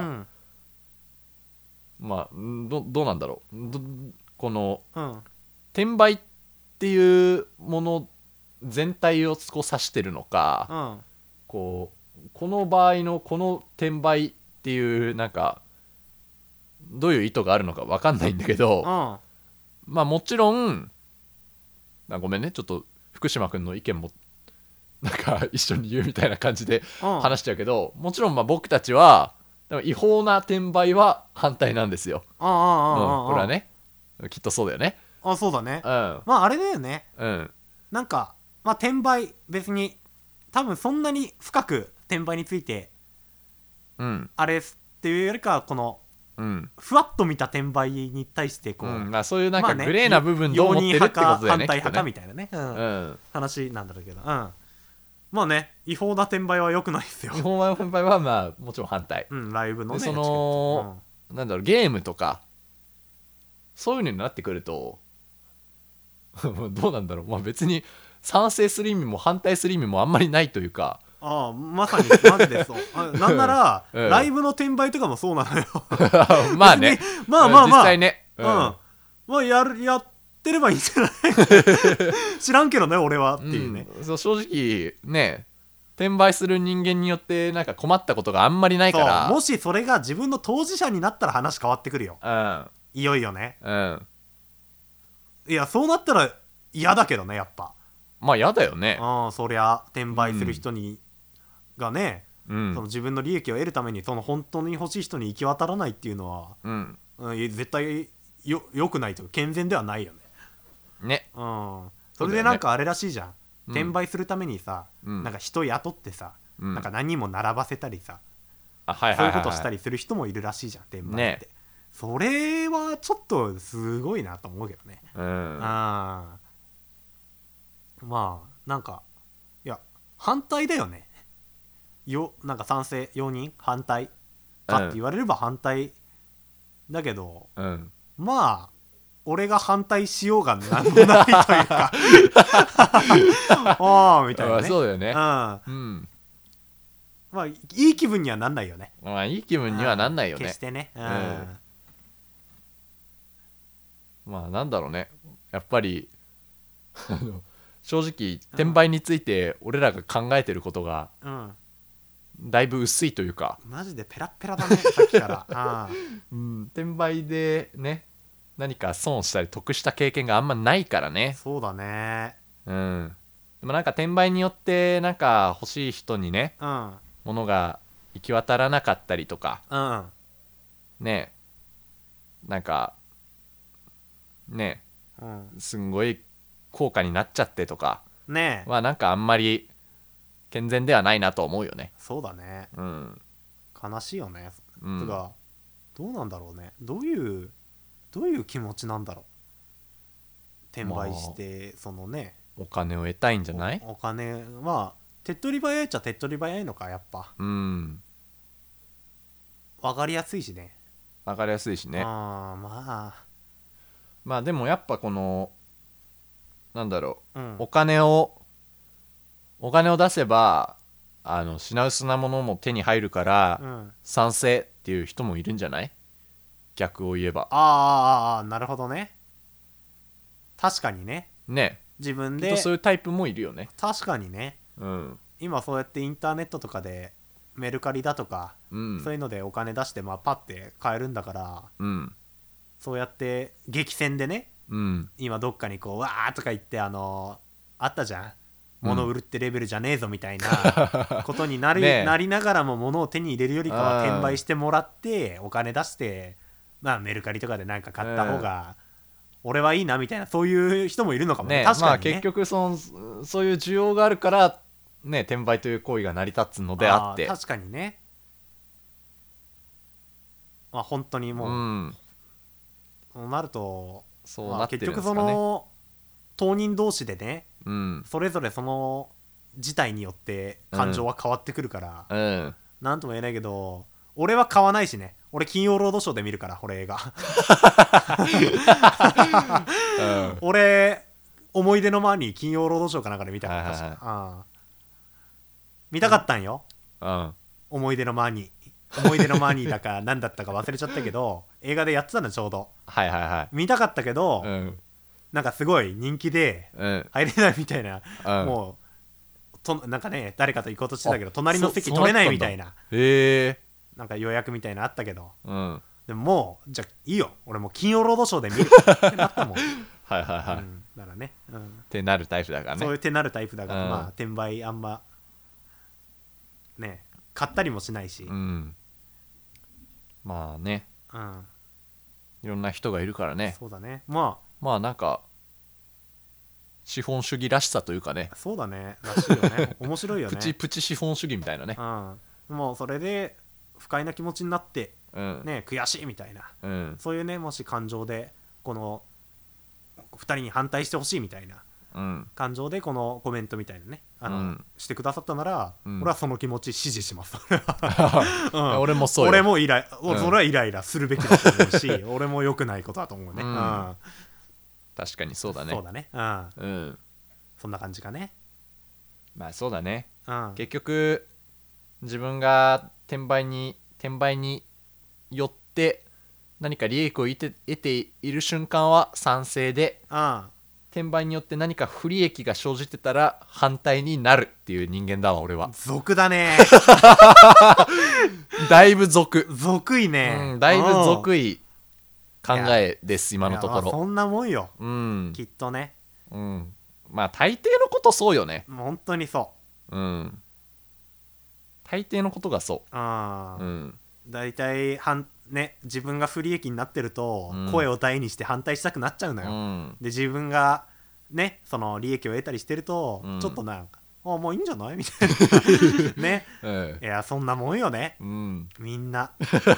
A: うん、まあ ど, どうなんだろう、この、うん、転売っていうもの全体をこう指してるのか、うん、こうこの場合のこの転売っていうなんかどういう意図があるのか分かんないんだけど、うん、まあもちろんあごめんねちょっと福島君の意見もなんか一緒に言うみたいな感じで話しちゃうけど、うん、もちろんまあ僕たちは違法な転売は反対なんですよ。
B: ああああ、
A: うん、これはねきっとそうだよね。
B: あそうだね、
A: うん、
B: まああれだよね、
A: うん、
B: なんかまあ転売別に多分そんなに深く転売について、うん、あれっていうよりかはこの、うん、ふわっと見た転売に対してこう、
A: うんまあ、そういうなんかグレーな部分どう思ってるってことだよね。
B: 反対派かみたいなね、うんうん、話なんだろうけど、うん、まあね違法な転売は良くないですよ。
A: 違法な転売はまあもちろん反対、
B: うん、ライブのね
A: その、うん、なんだろうゲームとかそういうのになってくるとどうなんだろう、まあ、別に賛成する意味も反対する意味もあんまりないというか、
B: ああまさにマジでそうあなんなら、うん、ライブの転売とかもそうなのよ
A: まあね
B: まあまあまあ
A: 実際ね、
B: うん、うん、まあやるやってればいいんじゃない知らんけどね俺はっていうね、
A: うん、そう正直ね転売する人間によってなんか困ったことがあんまりないから、
B: もしそれが自分の当事者になったら話変わってくるよ、
A: うん、
B: いよいよね、
A: うん、
B: いやそうなったら嫌だけどねやっぱ。
A: まあ嫌だよね。
B: あそりゃ転売する人に、うん、がね、うん、その自分の利益を得るためにその本当に欲しい人に行き渡らないっていうのは、うんうん、絶対よ良くないというか健全ではないよね。
A: ね、
B: うん、それでなんかあれらしいじゃん、ね、転売するためにさ、うん、なんか人雇ってさ、うん、なんか何人も並ばせたりさ、
A: あ、はいはいはいはい、
B: そういうことしたりする人もいるらしいじゃん転売って、ね、それはちょっとすごいなと思うけどね、うん、あまあなんかいや反対だよねよ、なんか賛成容認反対かって言われれば反対だけど、うん、まあ俺が反対しようがなんもないというかああみたいなね、
A: そうだよね、
B: うん、うん、まあいい気分にはなんないよね。
A: まあいい気分にはなんないよね、
B: 決してね、うん、うん、
A: まあなんだろうねやっぱり正直転売について俺らが考えてることが
B: うん
A: だいぶ薄いというか、
B: マジでペラッペラだねさっきからあ
A: うん、転売でね何か損したり得した経験があんまないからね。
B: そうだね。
A: うんでもなんか転売によってなんか欲しい人にね
B: うん
A: 物が行き渡らなかったりとか
B: うん
A: ねなんかね
B: うん
A: すんごい高価になっちゃってとか
B: ねえ、
A: はなんかあんまり健全ではないなと思うよね。
B: そうだね。
A: うん
B: 悲しいよね。
A: うん
B: てかどうなんだろうね。どういうどういう気持ちなんだろう。転売してそのね
A: お金を得たいんじゃない？
B: お、お金は手っ取り早いっちゃ手っ取り早いのかやっぱ。
A: うん
B: 分かりやすいしね。
A: 分かりやすいしね。
B: ああまあ
A: まあでもやっぱこのなんだろう、
B: うん、
A: お金をお金を出せばあの品薄なものも手に入るから
B: うん、
A: 賛成っていう人もいるんじゃない？逆を言えば。
B: ああああなるほどね。確かにね。
A: ね
B: 自分で
A: きっとそういうタイプもいるよね。
B: 確かにね。
A: うん
B: 今そうやってインターネットとかでメルカリだとか、
A: うん、
B: そういうのでお金出してまあパッて買えるんだから、
A: うん、
B: そうやって激戦でね
A: うん、
B: 今どっかにこうわーとか言ってあのー、あったじゃん物売るってレベルじゃねえぞみたいなことになり、
A: ね、
B: なりながらも物を手に入れるよりかは転売してもらってお金出してまあメルカリとかでなんか買った方が俺はいいなみたいなそういう人もいるのかもね。
A: ね
B: 確かにね。
A: まあ結局そのそういう需要があるからね転売という行為が成り立つのであって、
B: あ確かにね。まあ本当にもう、
A: うん、
B: そうなると
A: そうなってるんですかね。
B: まあ、結局その当人同士でね、
A: うん、
B: それぞれその事態によって感情は変わってくるから、
A: うん、
B: なんとも言えないけど俺は買わないしね。俺金曜ロードショーで見るからこれ映画、うん、俺思い出の前に金曜ロードショーかなんかで見たから、確か、はいはいはい、見たかったんよ、うん、思い出のマニー思い出のマニーだか何だったか忘れちゃったけど映画でやってたんだちょうど、
A: はいはいはい、
B: 見たかったけど、
A: うん、
B: なんかすごい人気で入れないみたいな、うん、もうとなんかね誰かと行こうとしてたけど隣の席取れないみたいな、
A: へえ
B: なんか予約みたいなあったけど、
A: うん、
B: でももうじゃあいいよ俺もう金曜ロードショーで見るってなったもん
A: はいはいはい、うん、
B: だからね、うん、
A: ってなるタイプだからね。
B: そういう手なるタイプだから、うん、まあ転売あんまね買ったりもしないし、うん、
A: まあね、
B: うん、
A: いろんな人がいるからね。
B: そうだね。まあ
A: まあなんか資本主義らしさというかね。
B: そうだねらしいよね面白いよね
A: プチプチ資本主義みたいなね、
B: うん、もうそれで不快な気持ちになって、
A: うん、
B: ね悔しいみたいな、
A: うん、
B: そういうねもし感情でこのふたりに反対してほしいみたいな、うん、感情でこのコメントみたいなねあの、うん、してくださったなら、うん、俺はその気持ち支持します、
A: うん、俺もそうよ。
B: 俺もイライ、うん、それはイライラするべきだと思うし俺も良くないことだと思うね、うんうん、
A: 確かにそうだね。
B: そうだね、うん
A: うん、
B: そんな感じかね。
A: まあそうだね、
B: うん、
A: 結局自分が転売に転売によって何か利益を得て、得ている瞬間は賛成で、
B: うん、
A: 転売によって何か不利益が生じてたら反対になるっていう人間だわ俺は。
B: 俗だね
A: だいぶ俗
B: 俗いね、
A: うん、だいぶ俗い考えです今のところ。
B: そんなもんよ、
A: うん、
B: きっとね、
A: うん、まあ大抵のことそうよね。
B: 本当にそう、
A: うん、大抵のことがそう。
B: あ、うん、だいたいはんね自分が不利益になってると、うん、声を大にして反対したくなっちゃうのよ、うん、で自分がねその利益を得たりしてると、うん、ちょっとなんかあもういいんじゃないみたいなね、ええ、いやそんなもんよね、うん、みんな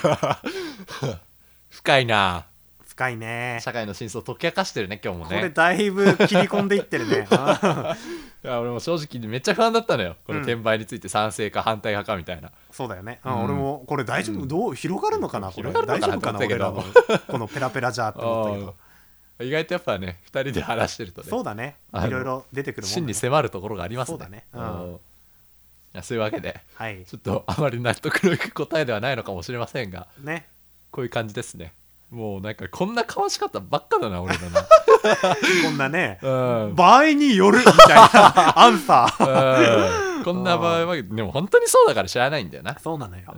A: 深いな。
B: 深いね。
A: 社会の真相を解き明かしてるね今日もね。
B: これだいぶ切り込んでいってるね
A: いや俺も正直めっちゃ不安だったのよこの転売について賛成か反対派かみたいな、うん、
B: そうだよね、うん、俺もこれ大丈夫、うん、どう広がるのかなこれ
A: 広がるのかな
B: 大丈夫かな俺らのこのペラペラじゃって思ったけど
A: 意外とやっぱねふたりで話してるとね
B: そうだねいろいろ出てくるもんね。
A: 真に迫るところがありますね。
B: そうだね、うん、
A: いやそういうわけで、
B: はい、
A: ちょっとあまり納得のいく答えではないのかもしれませんが、
B: ね、
A: こういう感じですね。もうなんかこんな交わし方ばっかだな俺のな
B: こんなね、うん、場合によるみたいなアンサ
A: ー、うん、こんな場合はでも本当にそうだから知らないんだよな。
B: そうなのよ、
A: うん、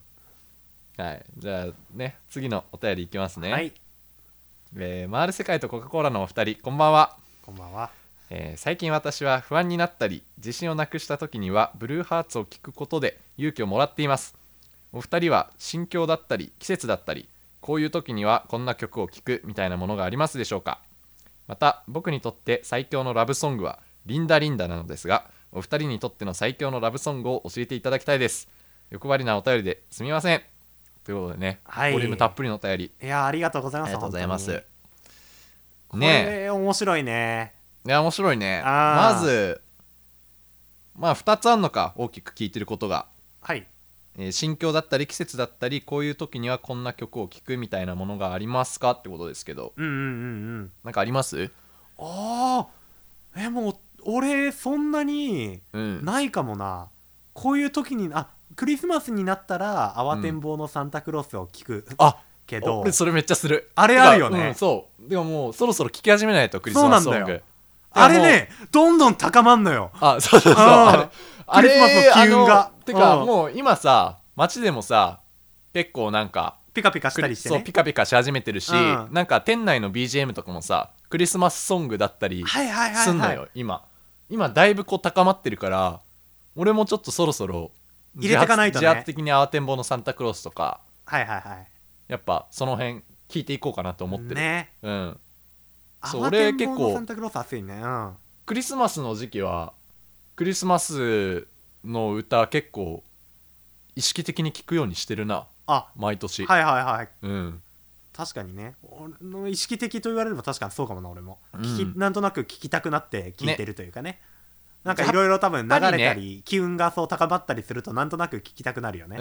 A: はい、じゃあね次のお便りいきますね。はい、えー、回る世界とコカ・コーラのお二人こんばんは。
B: こんばんは。
A: えー、最近私は不安になったり自信をなくした時にはブルーハーツを聴くことで勇気をもらっています。お二人は心境だったり季節だったりこういう時にはこんな曲を聴くみたいなものがありますでしょうか。また僕にとって最強のラブソングはリンダリンダなのですがお二人にとっての最強のラブソングを教えていただきたいです。欲張りなお便りですみませんということでね、はい、ボリュームたっぷりのお便り
B: いやありがとうございます。
A: ありがとうございます。
B: これ面白いね。
A: いや面白いね。まずまあふたつあんのか大きく聞いてることが、
B: はい、
A: えー、心境だったり季節だったりこういう時にはこんな曲を聴くみたいなものがありますかってことですけど、
B: うんうんうんうん
A: なんかあります？
B: ああえもう俺そんなにないかもな、うん、こういう時にあクリスマスになったら慌てんぼうのサンタクロースを聴く、うん、
A: あ
B: けど
A: 俺それめっちゃする。
B: あれあるよね、
A: うん、そうでももうそろそろ聴き始めないとクリスマスソング。そうなんだよ。
B: あれねどんどん高まんのよ。
A: あそうそうそう、あれ
B: クリスマスの機運が
A: てかもう今さ街でもさ結構なんか
B: ピカピカしたりしてね、
A: そうピカピカし始めてるし、うん、なんか店内の ビージーエム とかもさクリスマスソングだったりすんのよ、今今だいぶこう高まってるから俺もちょっとそろそろ
B: 入れてかないとね、
A: 自発的に慌てんぼうのサンタクロースとか
B: はいはいはい
A: やっぱその辺聞いていこうかなと思ってる
B: ね。
A: うん
B: そう俺結構サンタクロース熱いね、うん、
A: クリスマスの時期はクリスマスの歌結構意識的に聴くようにしてるな。
B: あ
A: 毎年
B: はいはいはい、
A: うん、
B: 確かにね俺の意識的と言われれば確かにそうかもな。俺も、うん、なんとなく聴きたくなって聴いてるというかね、ねなんかいろいろ多分流れたり、ね、機運がそう高まったりするとなんとなく聴きたくなるよね、
A: うん、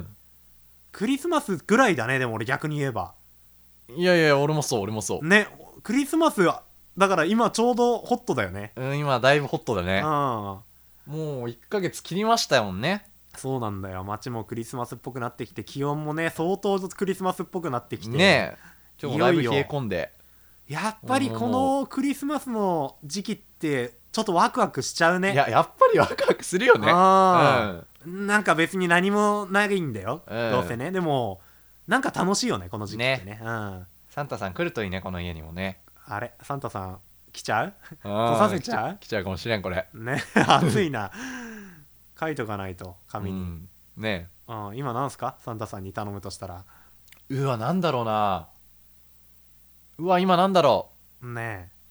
B: クリスマスぐらいだね。でも俺逆に言えば
A: いやいや俺もそう俺もそう
B: ね。クリスマスだから今ちょうどホットだよね、
A: うん、今だいぶホットだね、
B: うん、も
A: ういっかげつ切りましたもんね。
B: そうなんだよ。街もクリスマスっぽくなってきて気温もね相当クリスマスっぽくなってきて
A: ねえ今日もだいぶ冷え込んで
B: やっぱりこのクリスマスの時期ってちょっとワクワクしちゃうね。
A: いややっぱりワクワクするよね。
B: あ、うん、なんか別に何もないんだよ、うん、どうせね。でもなんか楽しいよねこの時期ってね、うん、
A: サンタさん来るといいねこの家にもね。
B: あれサンタさん来ちゃう来させちゃう
A: 来ちゃうかもしれんこれ
B: ね暑いな書いとかないと紙に、うん、
A: ね
B: え、うん、今なんすかサンタさんに頼むとしたら。
A: うわなんだろうな。うわ今なんだろ
B: うねえ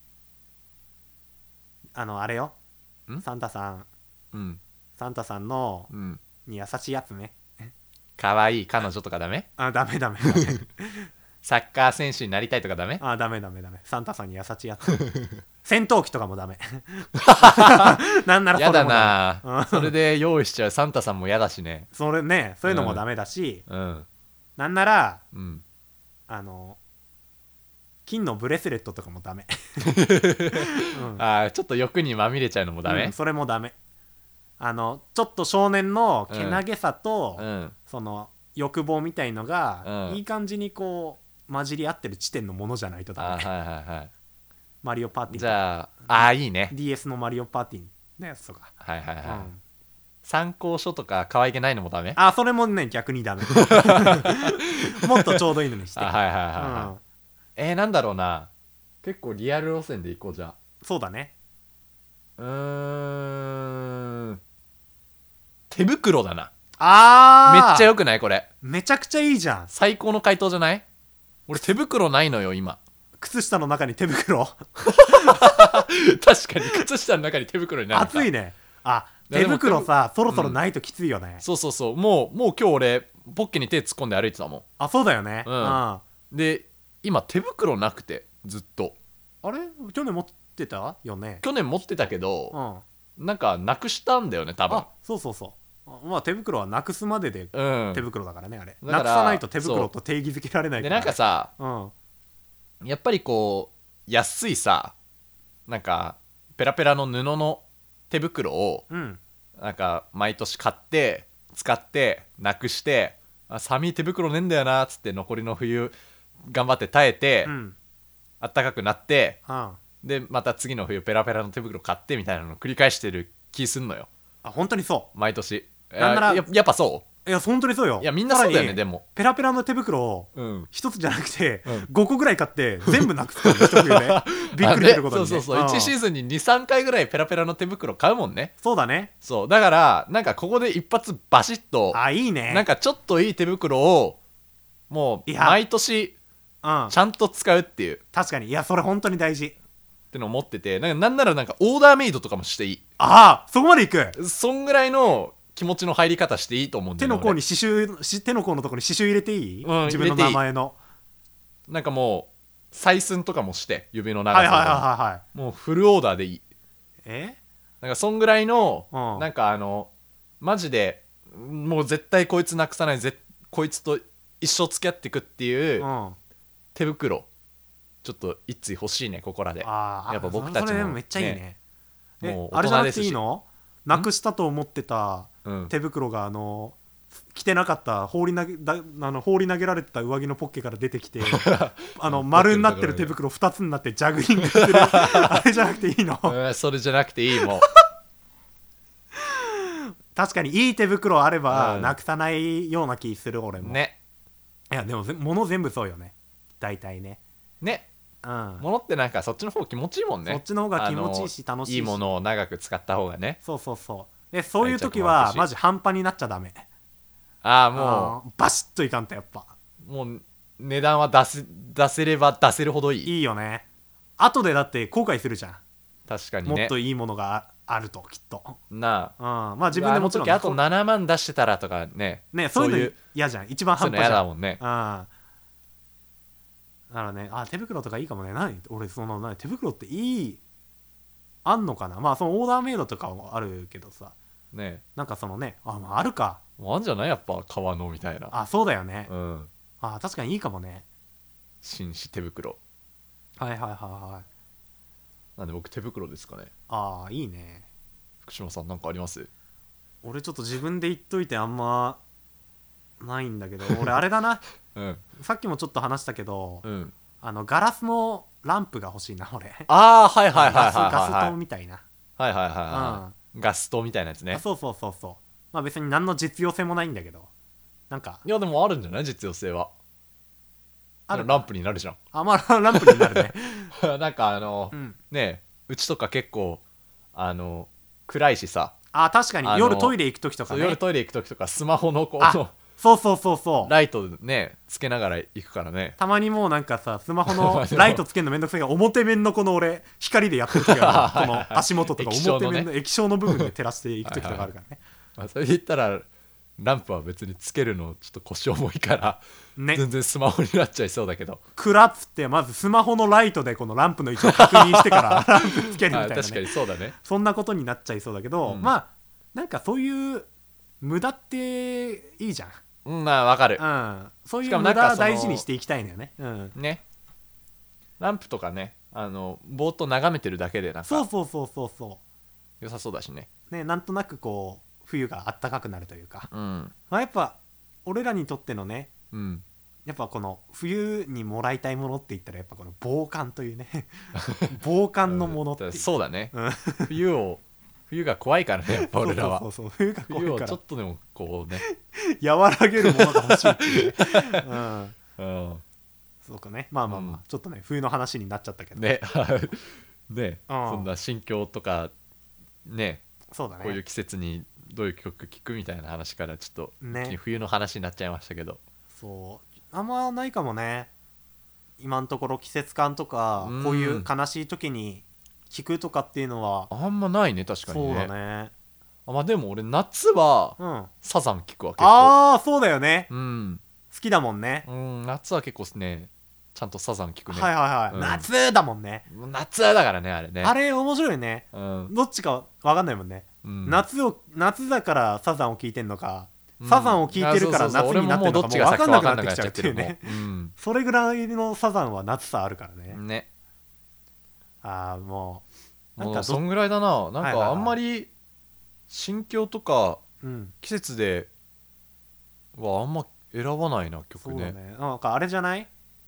B: あのあれよサンタさん、
A: うん、
B: サンタさんの、うん、に優しいやつね。
A: かわいい彼女とかダメ？
B: あダメダメダメ
A: サッカー選手になりたいとかダメ？
B: あダメダメダメ。サンタさんに優しいやつ戦闘機とかもダメなんならそれもダメ。や
A: だなそれで用意しちゃうサンタさんも嫌だしね。
B: それねそういうのもダメだし、
A: うん、
B: なんなら、
A: うん、
B: あの金のブレスレットとかもダメ、
A: うん、あちょっと欲にまみれちゃうのもダメ、
B: うん、それもダメ。あのちょっと少年のけなげさと、うん、その欲望みたいのが、うん、いい感じにこう混じり合ってる地点のものじゃないとダメ。
A: あ、はいはいはい、
B: マリオパーティー
A: じゃああいいね
B: ディーエス のマリオパーティーのやつとか、
A: はいはいはい、うん、参考書とか可愛げないのもダメ？
B: あそれもね逆にダメもっとちょうどいいのにして。
A: あはいはいはい、はい、うん、えー、なんだろうな。結構リアル路線でいこうじゃあ。
B: そうだね。
A: うーん手袋だな。
B: あ
A: ーめっちゃよくないこれ。
B: めちゃくちゃいいじゃん。
A: 最高の回答じゃない？俺手袋ないのよ今。
B: 靴下の中に手袋
A: 確かに靴下の中に手袋になる。
B: 熱いね。あ手袋さそろそろないときついよね、
A: うん、そうそうそう。もうもう今日俺ポッケに手突っ込んで歩いてたもん。
B: あそうだよね、
A: うん、で今手袋なくてずっと。
B: あれ去年持ってたよね。
A: 去年持ってたけど、うん、なんかなくしたんだよね多分。
B: あそうそうそう。まあ手袋はなくすまでで手袋だからね、うん、あれなくさないと手袋と定義づけられないから。
A: でなんかさ、
B: うん、
A: やっぱりこう安いさなんかペラペラの布の手袋を、うん、なんか毎年買って使ってなくして、あ寒い手袋ねえんだよなっつって残りの冬頑張って耐えて、うん、 あったかくなって、
B: うん、
A: でまた次の冬ペラペラの手袋買ってみたいなのを繰り返してる気すんのよ。
B: あ、本当にそう
A: 毎年。
B: なんなら
A: や, やっぱそ
B: う。いや本当にそうよ。
A: う。いやみんなそうだよね。でも
B: ペラペラの手袋を
A: うん
B: 一つじゃなくて
A: うん
B: ごこぐらい買って全部なくすから一冬でびっくりすることに、ね、
A: そうそうそう、
B: ん
A: いちシーズンににさんかいぐらいペラペラの手袋買うもんね。
B: そうだね。
A: そうだからなんかここで一発バシッと
B: あ、いいね。
A: なんかちょっといい手袋をもう
B: いや
A: 毎年
B: うん
A: ちゃんと使うっていうっ
B: 確かに。いやそれ本当に大事。
A: てのを思ってて、なんかなんならなんかオーダーメイドとかもしてい
B: ああそこまでいく。
A: い、そんぐらいの気持ちの入り方していいと思うんだよね。
B: 手の甲に刺繍し手の甲のところに刺繍入れていい、
A: うん
B: 自分の名前の。
A: 俺なんかもう採寸とかもして指の長さとか
B: はいはいはいはいはい。
A: もうフルオーダーでいい。
B: え
A: なんかそんぐらいの、
B: うん
A: なんかあのマジでもう絶対こいつなくさないぜ、こいつと一生付き合っていくっていううん手袋ちょっと一対欲しいねここらで。
B: ああ
A: やっぱ僕たちも
B: それでもめっちゃいいね。え
A: もう
B: あれじゃなく
A: 大人ですし
B: ていいの？なくしたと思ってた
A: うん
B: 手袋があの着てなかった放り投げだあの放り投げられてた上着のポッケから出てきてあの丸になってる手袋ふたつになってジャグリングするあれじゃなくていいの？
A: うんそれじゃなくていいもん
B: 確かにいい手袋あれば
A: うん
B: なくさないような気する俺も。
A: ね
B: いやでもぜ物全部そうよね大体ね。
A: ね
B: うん
A: 物ってなんかそっちの方気持ちいいもんね。
B: そっちの方が気持ちいいし楽しいし
A: いいものを長く使った方がね。
B: そうそうそうでそういう時
A: 愛着もあるし
B: はマジ半端になっちゃダメ。
A: ああも
B: うんバシッといかんとやっぱ
A: うもう値段は出せ出せれば出せるほどいい。
B: いいよね。後でだって後悔するじゃん、
A: 確かにね。
B: もっといいものがああるときっと。
A: な
B: うん
A: あ
B: まあ自分でもちろん
A: あの時あとななまん出してたらとかね。
B: ねそういうの嫌じゃん一番
A: そういうの
B: 半端じゃん。
A: 嫌だもんね。
B: うんだからねあ手袋とかいいかもね。何俺その何手袋っていいあんのかな。まあそのオーダーメイドとかもあるけどさ
A: ね
B: なんかそのねあ、まあ、あるか。
A: もうあんじゃないやっぱ革のみたいな。
B: あそうだよね、
A: うん
B: あ確かにいいかもね。
A: 紳士手袋。
B: はいはいはいはい。
A: なんで僕手袋ですかね。
B: ああいいね。
A: 福島さんなんかあります？
B: 俺ちょっと自分で言っといてあんまないんだけど俺あれだな
A: うん
B: さっきもちょっと話したけど、
A: うん
B: あのガラスのランプが欲しいな俺。
A: ああはいはいはいはい
B: ガスガス
A: はい
B: 灯みたいな。
A: はいはいはいはいガス灯みたいなやつね。
B: あそうそうそうそうまあ別に何の実用性もないんだけどなんか
A: いやでもあるんじゃない実用性は。
B: ある
A: ランプになるじゃん
B: あまあランプになるね
A: なんかあの、
B: うん
A: ねえうちとか結構あの暗いしさ、
B: あ確かに
A: あの
B: 夜トイレ行く時とかね。
A: そう夜トイレ行く時とかスマホのこ
B: あ
A: う
B: そうそうそうそう
A: ライトねつけながら行くからね。
B: たまにもうなんかさスマホのライトつけるのめんどくさいから表面のこの俺光でやってる時があるこの足元とか
A: 液晶のね
B: 表面の液晶の部分で照らしていく時とかあるからね
A: まあ、それで言ったらランプは別につけるのちょっと腰重いから
B: ね
A: 全然スマホになっちゃいそうだけど、
B: 暗っつってまずスマホのライトでこのランプの位置を確認してからランプつけるみたいな、ね、
A: あ確かにそうだね。
B: そんなことになっちゃいそうだけど、
A: うん
B: まあなんかそういう無駄っていいじゃん。
A: うんまあわかる
B: うんそうい
A: しか
B: う無駄
A: もなんかその
B: 大事にしていきたいんだよね。うん
A: ね。ランプとかねあのぼーっと眺めてるだけでなんか
B: そうそうそうそうそ
A: 良さそうだしね。
B: うねなんとなくこう冬があったかくなるというか、
A: うん
B: まあ、やっぱ俺らにとってのね
A: うん
B: やっぱこの冬にもらいたいものって言ったらやっぱこの防寒というね防寒のものっていう、
A: そうだね
B: うん
A: 冬を冬が怖いからねやっぱ俺らは
B: そうそうそう冬が怖
A: 冬を
B: いから
A: ちょっとでもこうね
B: 和らげるものが欲しいっていう、ねうん、
A: うん
B: そうかねまあまあまあ、
A: うん
B: ちょっとね冬の話になっちゃったけど、
A: ねね
B: うん
A: そんな心境とかね
B: そうだね
A: こういう季節にどういう曲聴くみたいな話からちょっと
B: ね
A: 一気に冬の話になっちゃいましたけど、
B: そうあんまないかもね今のところ季節感とか
A: うん
B: こういう悲しい時に聴くとかっていうのは
A: あんまないね確かにね。
B: そうだね
A: あまあでも俺夏は
B: うん
A: サザン聴くわ結構。
B: ああそうだよね
A: うん
B: 好きだもんね、
A: うん夏は結構ねちゃんとサザン聴くね。
B: はいはいはい、
A: うん
B: 夏だもんね
A: 夏だからねあれね。
B: あれ面白いね
A: うん
B: どっちか分かんないもんね、
A: うん
B: 夏を夏だからサザンを聴いてんのか、
A: うん
B: サザンを聴いてるから夏になってるのかもう分かんなくなってきちゃうっていうね
A: うん
B: それぐらいのサザンは夏さあるからね、
A: ね
B: ああもうなんかど
A: もうそんぐらいだな。なん
B: はいはいはい
A: かあんまり心境とか
B: うん
A: 季節ではあんま選ばないな
B: そ
A: 曲ね。
B: うだねなんかあれじゃない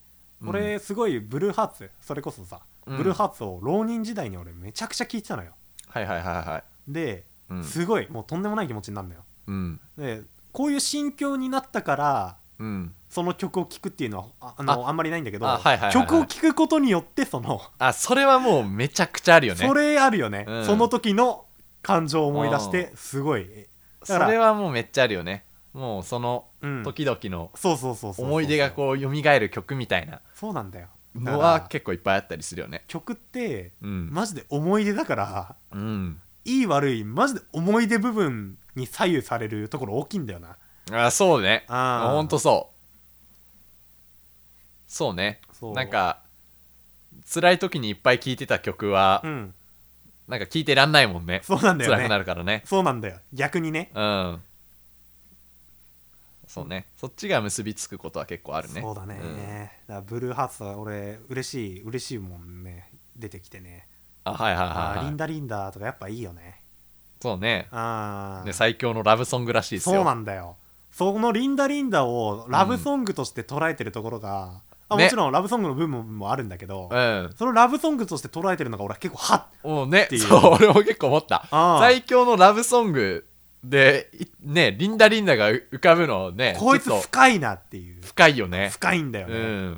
B: 俺すごいブルーハーツそれこそさ、
A: うん、
B: ブルーハーツを浪人時代に俺めちゃくちゃ聞いてたのよ。
A: はいはいはいはい。
B: で、
A: うん、
B: すごいもうとんでもない気持ちになるのよ、
A: うん、
B: でこういう心境になったから、うん、その曲を聴くっていうのは あ, あの あ, あんまりないんだけど、はいはいはいはい、曲を聴くことによってその
A: あそれはもうめちゃくちゃあるよね。
B: それあるよね、うん、その時の感情を思い出してすごい
A: だからそれはもうめっちゃあるよね。もうその時々の思い出がこう蘇る曲みたいな
B: そうなんだよ
A: のは結構いっぱいあったりするよね。
B: 曲って、うん、マジで思い出だから、うん、いい悪いマジで思い出部分に左右されるところ大きいんだよな。
A: あそうね、あほんとそうそうね。そうなんか辛い時にいっぱい聴いてた曲は、うん、なんか聴いてらんないもんね。
B: そうなんだよね。
A: 辛くなるからね。
B: そうなんだよ逆にね。うん
A: そうね、そっちが結びつくことは結構あるね。
B: そうだね、うん、だからブルーハーツは俺嬉しい嬉しいもんね出てきてね。
A: あはいはいはい、はい、
B: リンダリンダとかやっぱいいよね。
A: そうね。あね最強のラブソングらしいですよ。
B: そうなんだよ。そのリンダリンダをラブソングとして捉えてるところが、うん、あもちろんラブソングの部分もあるんだけど、ね、そのラブソングとして捉えてるのが俺は結構ハッっていう、
A: ね、そう俺も結構思った。最強のラブソングでねリンダリンダが浮かぶのね
B: こいつ深いなっていう。
A: 深いよね。
B: 深いんだよね、うん、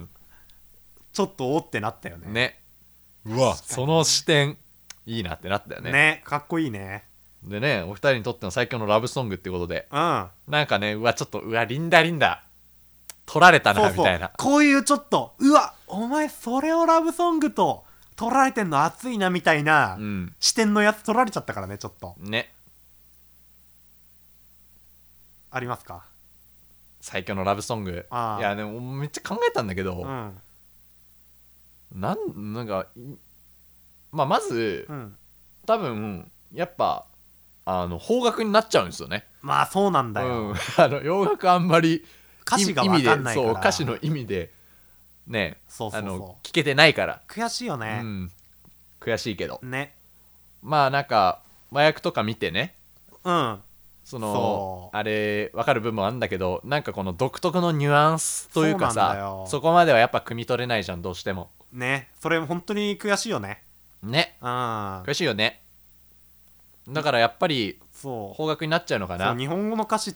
B: ちょっとおってなったよね。
A: ねうわその視点いいなってなったよね。
B: ねかっこいいね。
A: でねお二人にとっての最強のラブソングってことで、うん、なんかねうわちょっとうわリンダリンダ取られたなみたいな。
B: こういうちょっとうわお前それをラブソングと取られてんの熱いなみたいな、うん、視点のやつ取られちゃったからねちょっとね。ありますか
A: 最強のラブソング。いやでもめっちゃ考えたんだけど、うん、なんなんかまあまず、うん、多分やっぱあの邦楽になっちゃうんですよね。
B: まあそうなんだよ、うん、
A: あの洋楽あんまり
B: 歌詞が分かんないから
A: そう歌詞の意味でねそうそうそうあの聞けてないから
B: 悔しいよね、うん、
A: 悔しいけどね。まあなんか麻薬とか見てねうんそのあれ分かる部分もあるんだけどなんかこの独特のニュアンスというかさ そ, そこまではやっぱ汲み取れないじゃんどうしても
B: ね。それ本当に悔しいよね。
A: ねあ悔しいよね。だからやっぱり邦楽になっちゃうのかな。
B: そう日本語の歌詞って、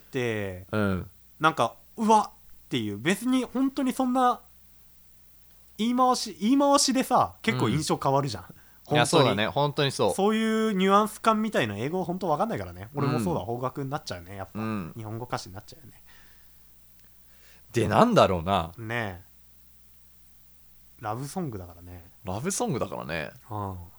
B: うん、なんかうわっていう別に本当にそんな言い回し言い回しでさ結構印象変わるじゃん、
A: うん、いやそうだね本当にそう
B: そういうニュアンス感みたいな英語本当分かんないからね。俺もそうだ、うん、邦楽になっちゃうねやっぱ、うん、日本語歌詞になっちゃうよね。
A: でなんだろうな
B: ねえラブソングだからね。
A: ラブソングだからね、はあ、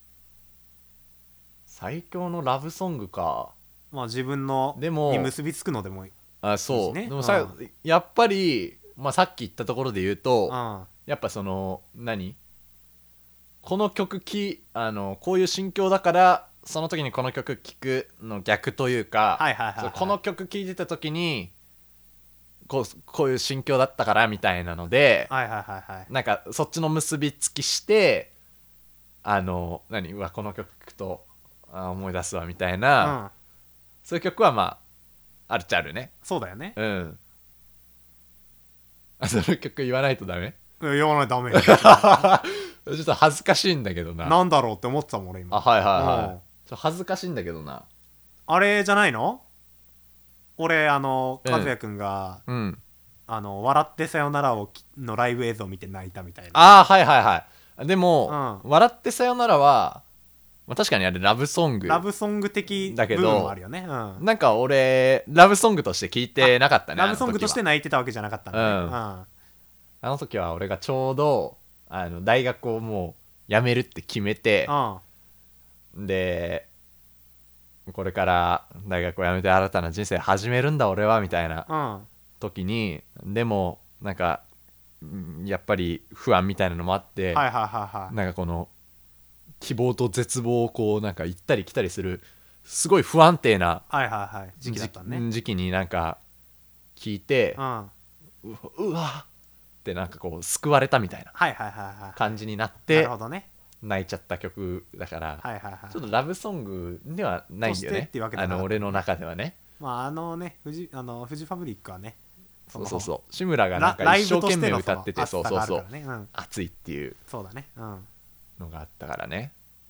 A: 最強のラブソングか。
B: まあ自分のでもに結びつくのでもいい。
A: あそう、ね、でもさ、うん、やっぱり、まあ、さっき言ったところで言うと、うん、やっぱその何この曲きあのこういう心境だからその時にこの曲聴くの逆というか、はいはいはいはい、この曲聴いてた時にこう、こういう心境だったからみたいなので、はいはいはいはい、なんかそっちの結びつきしてあの何うわこの曲聴くとあ思い出すわみたいな、うん、そういう曲はまああるっちゃあるね。
B: そうだよね。
A: うんあその曲言わないとダメ。
B: 言わないとダメ
A: ちょっと恥ずかしいんだけどな。
B: なんだろうって思ってたもん俺今。
A: あはいはいはい、うん、ちょっと恥ずかしいんだけどな。
B: あれじゃないの俺あの和也くんが、うん、あの笑ってさよならをのライブ映像を見て泣いたみたいな。
A: ああはいはいはい。でも、うん、笑ってさよならはまあ、確かにあれラブソング
B: ラブソング的部分もあるよね、
A: うん、なんか俺ラブソングとして聞いてなかったね。
B: ラブソングとして泣いてたわけじゃなかったんだね、うんうん、
A: あの時は俺がちょうどあの大学をもう辞めるって決めて、うん、でこれから大学を辞めて新たな人生始めるんだ俺はみたいな時に、うん、でもなんかやっぱり不安みたいなのもあって、はいはいはいはい、なんかこの希望と絶望をこうなんか行ったり来たりするすごい不安定な
B: 時期だったね。
A: 時期になんか聞いて、うん、う, うわってなんかこう救われたみたいな感じになって泣いちゃった曲だから、はいはいはい、ちょっとラブソングではないんだよね。あの俺の中ではね。
B: まああのねフジあのフジファブリックはね
A: そうそうそう志村がなんか一生懸命歌っててそうそうそう、うん、熱いっていう
B: そうだね、うん、
A: のがあったからね。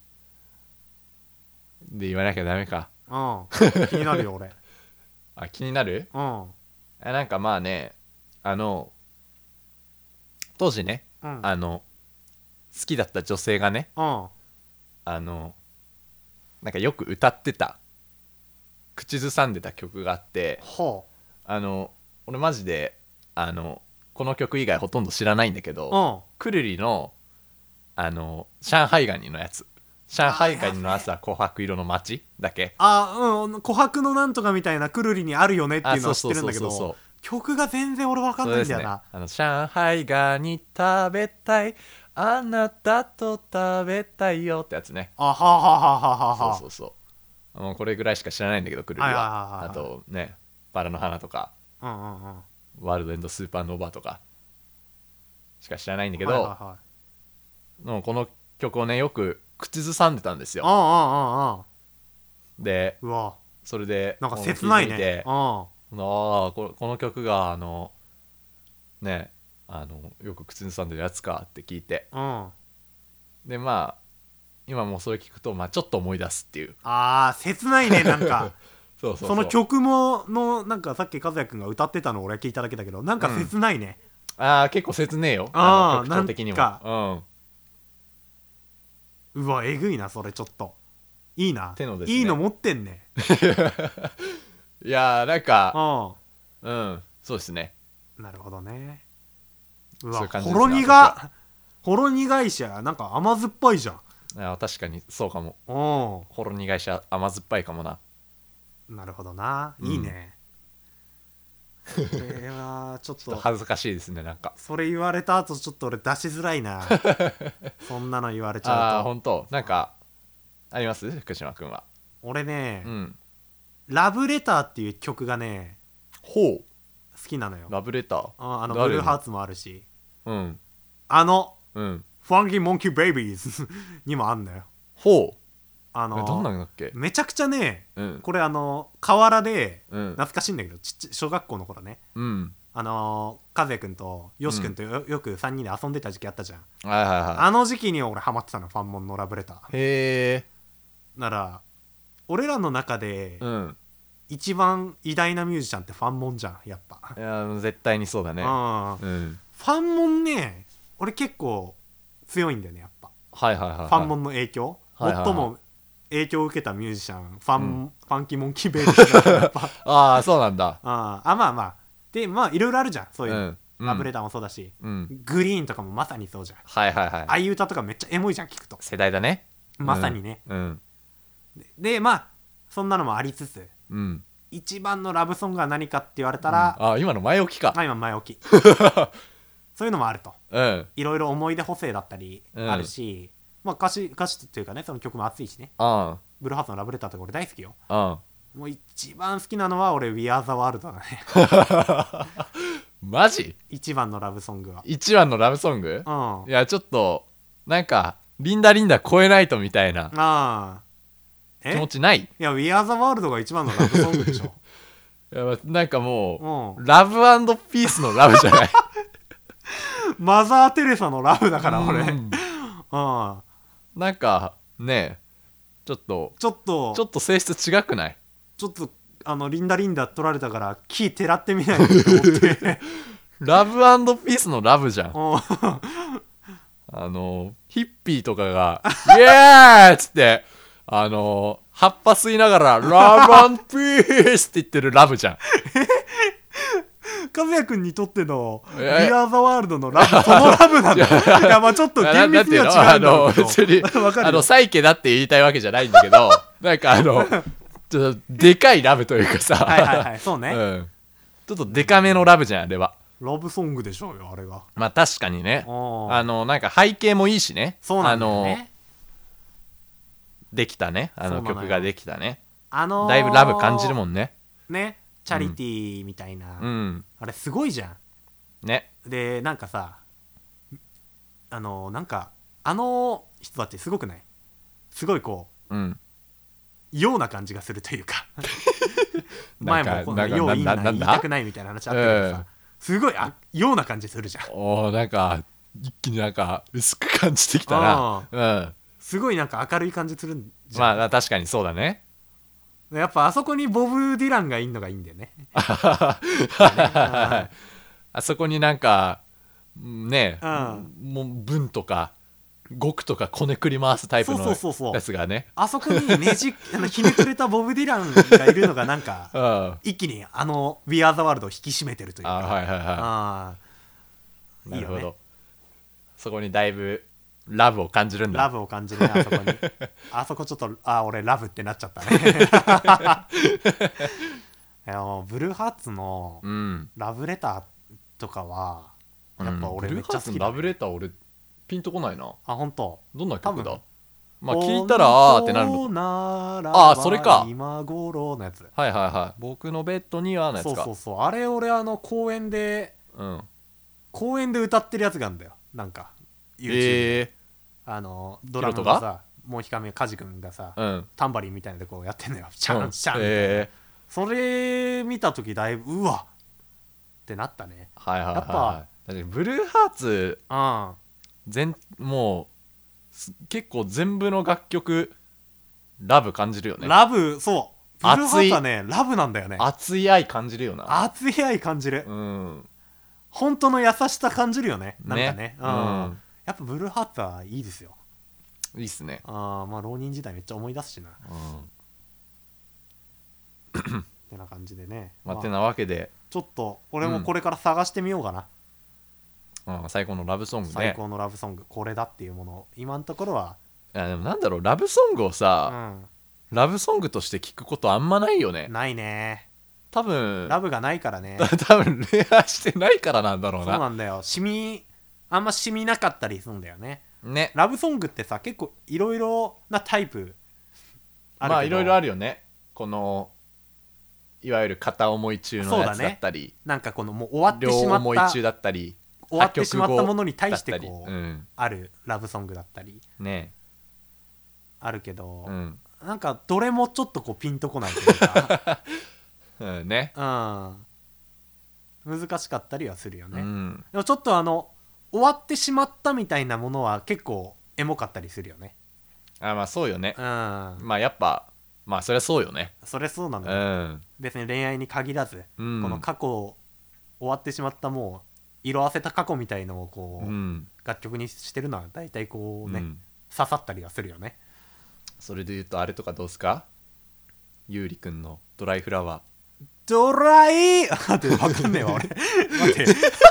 A: で言わなきゃダメか。
B: うん気になるよ俺
A: あ気になる。
B: うん
A: なんかまあねあの当時ね、うん、あの好きだった女性がね、うん、あのなんかよく歌ってた口ずさんでた曲があって、はあ、あの俺マジであのこの曲以外ほとんど知らないんだけど、うん、くるりのあの上海ガニのやつ上海ガニの朝琥珀色の街だけ
B: あうん琥珀のなんとかみたいなくるりにあるよねっていうのは知ってるんだけど曲が全然俺分かんないんだよな、ね、
A: あの上海ガニ食べたいあなたと食べたいよってやつね。
B: あははははは
A: そうそうそうもうこれぐらいしか知らないんだけどくるりはあとねバラの花とか、うんうんうん、ワールドエンドスーパーノーバーとかしか知らないんだけど、はいはいはい、もうこの曲をねよく口ずさんでたんですよ。あああああでうわそれで
B: なんか切ないね。あ
A: あこの曲があのねあのよく口ずさんでるやつかって聞いて、うん、でまあ今もうそれ聞くと、まあ、ちょっと思い出すっていう。
B: あー切ないねなんかそうそうそうその曲ものなんかさっき和也くんが歌ってたのを俺聞いただけだけどなんか切ないね、
A: うん、あー結構切ねえよあの曲調的にもなんか、
B: うん、うわえぐいなそれちょっといいな、ね、いいの持ってんね
A: いやーなんかうんそうですね。
B: なるほどね。うわほろ苦ほろ苦いしなんか甘酸っぱいじゃん。
A: あ確かにそうかも。ほろ苦いし甘酸っぱいかもな。
B: なるほどな、いいね、うん、これはちょっ と, ちょっと
A: 恥ずかしいですね。なんか
B: それ言われた後ちょっと俺出しづらいなそんなの言われちゃうと。
A: あ本当なんかあります福島くんは。
B: 俺ね、うん、ラブレターっていう曲がね
A: ほう
B: 好きなのよ。
A: ラブレター
B: あ, あのブルーハーツもあるし、
A: うん、
B: あの、うん、ファンキーモンキーベイビーズにもあんのよ。
A: ほう
B: あの
A: どんなんだっけ。
B: めちゃくちゃね、うん、これあの河原で、うん、懐かしいんだけどちっち小学校の頃ね、うん、あの和也くんとよしくんと よ,、うん、よくさんにんで遊んでた時期あったじゃん、はいはいはい、あの時期に俺ハマってたのファンモンのラブレター。へえ。なら俺らの中で、うん、一番偉大なミュージシャンってファンモンじゃんやっぱ。
A: いや絶対にそうだね、うん、
B: ファンモンね俺結構強いんだよねやっぱ。
A: はいはいはい、はい、
B: ファンモンの影響、はいはいはい、最も影響を受けたミュージシャンファン、うん、ファンキーモンキーベイビーがやっぱ
A: ああそうなんだ。
B: ああまあまあでまあいろいろあるじゃんそういう、うん、ラブレターもそうだし、うん、グリーンとかもまさにそうじゃん。
A: はいはいはい。あ
B: あいう歌とかめっちゃエモいじゃん聞くと。
A: 世代だね
B: まさにね、うん、で, でまあそんなのもありつつ、うん、一番のラブソングは何かって言われたら、
A: うん、あ今の前置きか。
B: あ今前置きそういうのもあると、うん、いろいろ思い出補正だったりあるし、うん、まあ歌詞歌詞っていうかねその曲も熱いしね、あブルーハーツのラブレターとか俺大好きよ。あもう一番好きなのは俺 We Are the World だね
A: マジ
B: 一番のラブソングは。
A: 一番のラブソング、うん、いやちょっとなんかリンダリンダ超えないとみたいなあ気持ちない？い
B: や We Are the World が一番のラブソングでしょ
A: いやなんかもう、うん、ラブ&ピースのラブじゃない
B: マザー・テレサのラブだから俺、うん、
A: なんかねちょっと
B: ちょっと
A: ちょっと性質違くない？
B: ちょっとあのリンダリンダ取られたからキーてらってみないと思って
A: ラブ&ピースのラブじゃんあのヒッピーとかがイエーイっつってあの葉っぱ吸いながらラブ&ピースって言ってるラブじゃん
B: 和也くんにとっての「We Are the World」のラブそのラブなんだいやまあちょっと厳密には違うんだけど別に
A: あのサイケだって言いたいわけじゃないんだけどなんかあのちょっとでかいラブというかさ
B: はいはいはいそうね、うん、
A: ちょっとでかめのラブじゃんあれは。
B: ラブソングでしょうよあれが。
A: まあ確かにねあのなんか背景もいいしね。
B: そうなんだよね。
A: できたねあの曲ができたね、あのー、だいぶラブ感じるもんね。
B: ねチャリティーみたいな、うん、あれすごいじゃん
A: ね。
B: でなんかさあのー、なんかあの人だってすごくない？すごいこう、うん、ような感じがするというか前もこのよういいな言いたくないみたいな話あったけどさ、 すごいあような感じするじゃん。
A: おーなんか一気になんか薄く感じてきたな。うん。
B: すごいなんか明るい感じするんじ
A: ゃん。
B: ま
A: あ確かにそうだね。
B: やっぱあそこにボブ・ディランがいんのがいいんだよね。
A: あそこになんかね、うん、もう文とか語句とかこねくり回すタイプのやつがね、
B: あそこにねじあのひねくれたボブ・ディランがいるのがなんか、うん、一気にあの「We Are the World」を引き締めてるというか。
A: あはいはいはいあなるほど、いいよね、そこにだいぶラブを感じるんだ。
B: ラブを感じるねあそこにあそこちょっとあ俺ラブってなっちゃったねいやブルーハーツのラブレターとかは、うん、やっぱ俺めっちゃ好きだ、ね、ブルーハーツのラブレター俺ピンとこないな。 あ本当。
A: どんな曲だ。まあ聞いたらあーってなるのか。ああそれか。
B: 今頃のやつ。
A: はいはいはい。僕のベッドにはのやつか。
B: そうそうそう。あれ俺あの公園で、うん、公園で歌ってるやつがあるんだよ。なんか YouTube で、えー、あのドラムがさもうひかめカジ君がさ、うん、タンバリンみたいなでこうやってんのよ。シャンシャンみたいな、えー、それ見た時だいぶうわってなったね。
A: はいはいはい、はい、やっぱ確かにブルーハーツ、うん全もう結構全部の楽曲ラブ感じるよね。
B: ラブそうブルーハーツはねラブなんだよね。
A: 熱い愛感じるよな。
B: 熱い愛感じる、うん、本当の優しさ感じるよね。なんかね、ね、うん、やっぱブルーハーツはいいですよ。
A: いいっすね。
B: あまあ浪人時代めっちゃ思い出すしな、うん、ってな感じでね。
A: まあ、てなわけで
B: ちょっと俺もこれから探してみようかな、
A: うん、最高のラブソングね。
B: 最高のラブソングこれだっていうものを今のところは。
A: いやでもなんだろうラブソングをさ、うん、ラブソングとして聞くことあんまないよね。
B: ないね。
A: 多分
B: ラブがないからね。
A: 多分恋愛してないからなんだろうな。
B: そうなんだよ。染みあんま染みなかったりするんだよね。ねラブソングってさ結構いろいろなタイプ
A: あるけどまあいろいろあるよね。このいわゆる片思い中のやつだったり、ね、
B: なんかこのもう終わってしまった
A: 両思い中だったり
B: 終わってしまったものに対してこう、うん、あるラブソングだったり、ね、あるけど、うん、なんかどれもちょっとこうピンとこないというか、うんねうん、難しかったりはするよね、うん、でもちょっとあの終わってしまったみたいなものは結構エモかったりするよね。
A: あまあそうよね、うん、まあやっぱまあそりゃそうよね。
B: そりゃそうなのよ、うん、別に恋愛に限らず、うん、この過去終わってしまったもう色あせた過去みたいのをこう、うん、楽曲にしてるのは大体こうね、うん、刺さったりはするよね。
A: それでいうとあれとかどうすか。ゆうりくんのドライフラワー。
B: ドライ待って分かんねえわ俺待って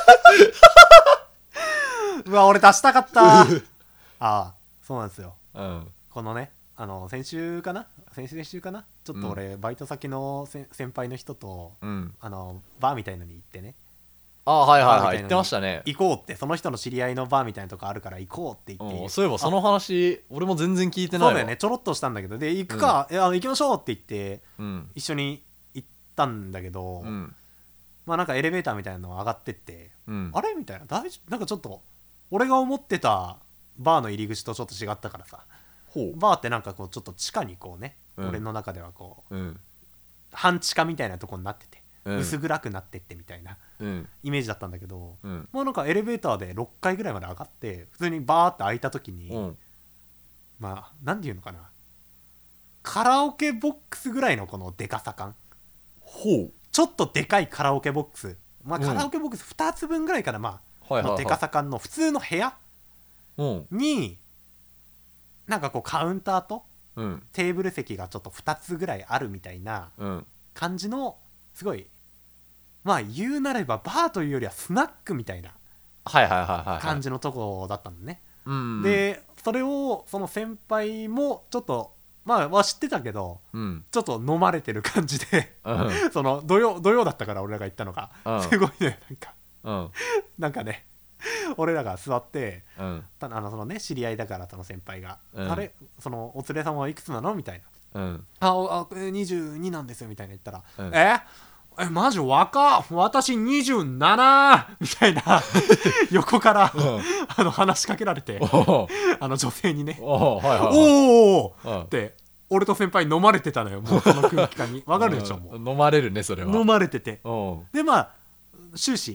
B: うわ俺出したかったああそうなんですよ、うん、このねあの先週かな先々週かなちょっと俺、うん、バイト先のせ先輩の人と、うん、あのバーみたいのに行ってね。
A: ああはいはいはい言ってましたね。
B: 行こうってその人の知り合いのバーみたいなとこあるから行こうって言って、
A: うん、そういえばその話俺も全然聞いてないわ。
B: そうだよねちょろっとしたんだけどで行くか、うん、いや行きましょうって言って、うん、一緒に行ったんだけど、うん、まあなんかエレベーターみたいなの上がってって、うん、あれみたいな大丈夫なんかちょっと俺が思ってたバーの入り口とちょっと違ったからさ。バーってなんかこうちょっと地下にこうね、うん、俺の中ではこう、うん、半地下みたいなとこになってて、うん、薄暗くなってってみたいな、うん、イメージだったんだけど、うん、もうなんかエレベーターでろっかいぐらいまで上がって普通にバーって開いた時に、うん、まあなんていうのかなカラオケボックスぐらいのこのでかさ感。ほうちょっとでかいカラオケボックス、まあ、カラオケボックスふたつぶんぐらいかな、まあ、はいはいはい、のでかさ感の普通の部屋、うん、になんかこうカウンターとテーブル席がちょっとふたつぐらいあるみたいな感じのすごいまあ言うなればバーというよりはスナックみたいな感じのとこだったんだね。でそれをその先輩もちょっとまあは知ってたけど、うん、ちょっと飲まれてる感じで、うん、その土曜土曜だったから俺らが行ったのが、うん、すごいねなんか、うん、なんかね俺らが座って、うん、あのそのね知り合いだからその先輩が、うん、あれそのお連れ様はいくつなのみたいな、うん、ああにじゅうになんですよみたいな言ったら、うん、ええマジ若っ私にじゅうななみたいな横から、うん、あの話しかけられてあの女性にねおー、はいはいはい、おーって俺と先輩飲まれてたのよもうその空気感にわかるでしょもう
A: 飲まれるねそれは
B: 飲まれててでまあ終始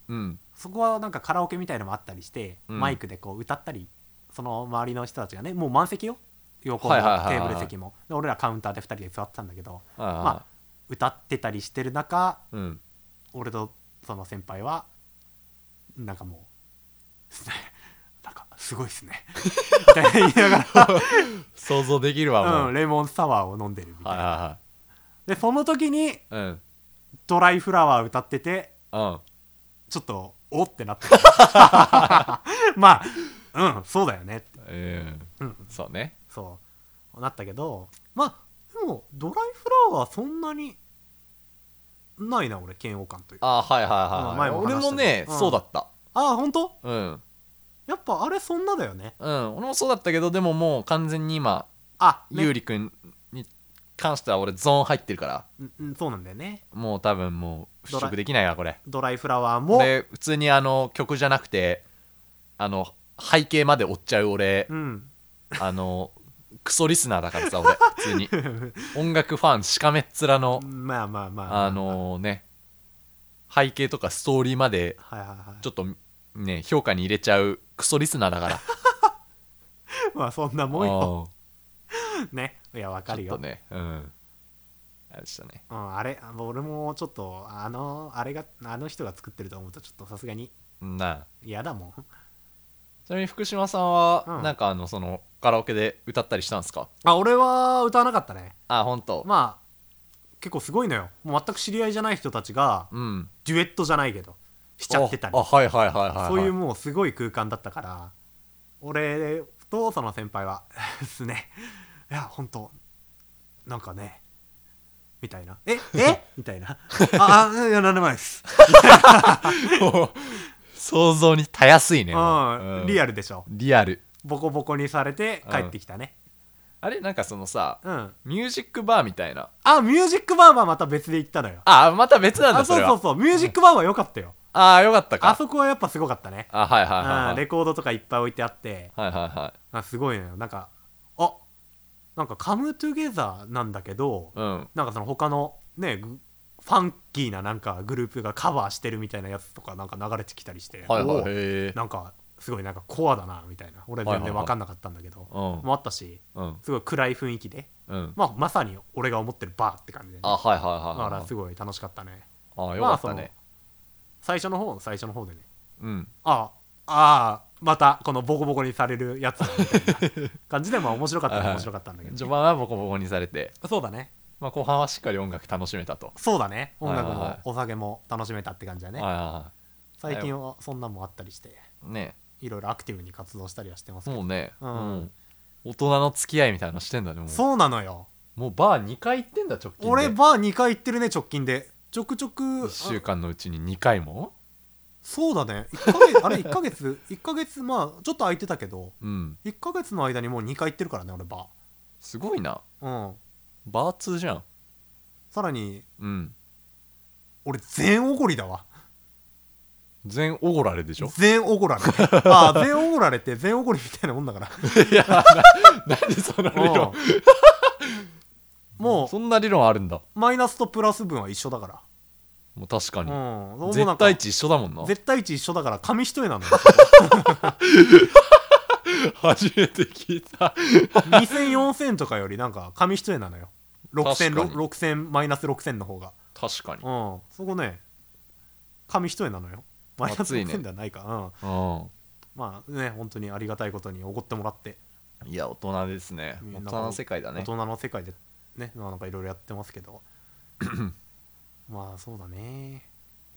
A: うん、
B: そこはなんかカラオケみたいのもあったりして、
A: うん、
B: マイクでこう歌ったり、その周りの人たちがねもう満席よ、横のテーブル席も、で俺らカウンターでふたりで座ってたんだけど、
A: はいはいはい、
B: まあ歌ってたりしてる中、
A: うん、
B: 俺とその先輩はなんかもうなんかすごいっすねみたいな言いながら
A: 想像できるわもう、
B: うん、レモンサワーを飲んでるみたいな、
A: はいはいはい、
B: でその時に、
A: うん、
B: ドライフラワー歌ってて、
A: うん、
B: ちょっとおってなってまあうんそうだよねって、
A: えー、うん、そうね、
B: そうなったけど、まあでもドライフラワーそんなにないな俺嫌悪感というか。
A: あはいはいはい、まあ、前も俺もね、うん、そうだった。
B: ああ本当？
A: うん、
B: やっぱあれそんなだよね。
A: うん、俺もそうだったけど、でももう完全に今
B: あ、
A: ね、ゆうりくんに関しては俺ゾーン入ってるから、
B: うん、そうなんだよね。
A: もう多分もう払拭できないわこれ。
B: ドライフラワーも
A: 俺普通にあの曲じゃなくてあの背景まで追っちゃう俺、
B: うん、
A: あのクソリスナーだからさ俺普通に音楽ファンしかめっ面の
B: まあまあまあ、まあ、
A: あのね背景とかストーリーまでちょっとね評価に入れちゃうクソリスナーだから
B: まあそんなもんよね。いやわかるよ。
A: ちょっとね、うんあれでしたね、
B: うん、あれ俺もちょっとあのあれがあの人が作ってると思うとちょっとさすがに
A: な
B: 嫌だもん。
A: ちなみに福島さんは、うん、なんかあのそのカラオケで歌ったりしたんですか？
B: あ俺は歌わなかったね。
A: あ本当。
B: まあ結構すごいのよ、もう全く知り合いじゃない人たちが、うん、デュエットじゃないけどしちゃってたり、
A: あはいはいはいはい、はい、
B: そういうもうすごい空間だったから、俺とその先輩はですね、いや本当なんかねみたいな、ええみたいなああいやなんでもないです
A: 想像にたやすいね、
B: うん、リアルでしょ。
A: リアル
B: ボコボコにされて帰ってきたね、
A: うん、あれなんかそのさ、うん、ミュージックバーみたいな、
B: あミュージックバーはまた別で行ったのよ。
A: あまた別なんだ。それは
B: そうそうそうミュージックバーは良かったよ。
A: ああよかったか。
B: あそこはやっぱすごかったね。
A: あはいはいはい、はい、
B: レコードとかいっぱい置いてあって、
A: はいはいはい、
B: あすごいのよ。なんかあなんかカムトゥゲザーなんだけど、うん、なんかその他のねファンキーななんかグループがカバーしてるみたいなやつとかなんか流れてきたりして、
A: はいはい、へ
B: なんかすごいなんかコアだなみたいな、俺全然分かんなかったんだけど、はいはいはい、もあったし、うん、すごい暗い雰囲気で、うん、まあ、まさに俺が思ってるバーって感じで、ね、
A: あはいはいはい、はい、
B: だからすごい楽しかったね。
A: あよかったね、まあ、
B: 最初の方最初の方でね、
A: うん、
B: ああまたこのボコボコにされるやつみたいな感じでまあ面白かったら面白かったんだけど、ね、
A: 序盤はボコボコにされて、
B: そうだね、
A: まあ、後半はしっかり音楽楽しめたと。
B: そうだね、音楽もお酒も楽しめたって感じだね、はいはいはい、最近はそんなもあったりして
A: ね、
B: いろいろアクティブに活動したりはしてますけど、
A: もうね、うん、う大人の付き合いみたいなのしてんだね。もう
B: そうなのよ、
A: もうバーにかい行ってんだ直近で。
B: 俺バーにかい行ってるね直近で、ちょくちょくいっ
A: しゅうかんのうちににかいも。
B: そうだね、いっかげつあれいっかげついっかげつまあちょっと空いてたけど、うん、いっかげつの間にもうにかい行ってるからね俺バー。
A: すごいな、
B: うん、
A: バー通じゃん。
B: さらに、
A: うん、
B: 俺全おごりだわ。
A: 全おごられでしょ。
B: 全おごられああ全おごられって全おごりみたいなもんだから
A: いやな何その理論もうそんな理論あるんだ。
B: マイナスとプラス分は一緒だから。
A: もう確かに、
B: うん、
A: 絶対値一緒だもんな。
B: 絶対値一緒だから紙一重なのよ
A: 初めて聞いた
B: にせんよんせんとかよりなんか紙一重なのよ。ろくせんろくせんマイナスろくせんの方が
A: 確かに、
B: うん、そこね紙一重なのよ。マイナスろくせんではないか、ね、うん、うん、まあね本当にありがたいことにおごってもらって、
A: いや大人ですね。大人の世界だね。
B: 大人の世界でねなんかいろいろやってますけどまあそうだね、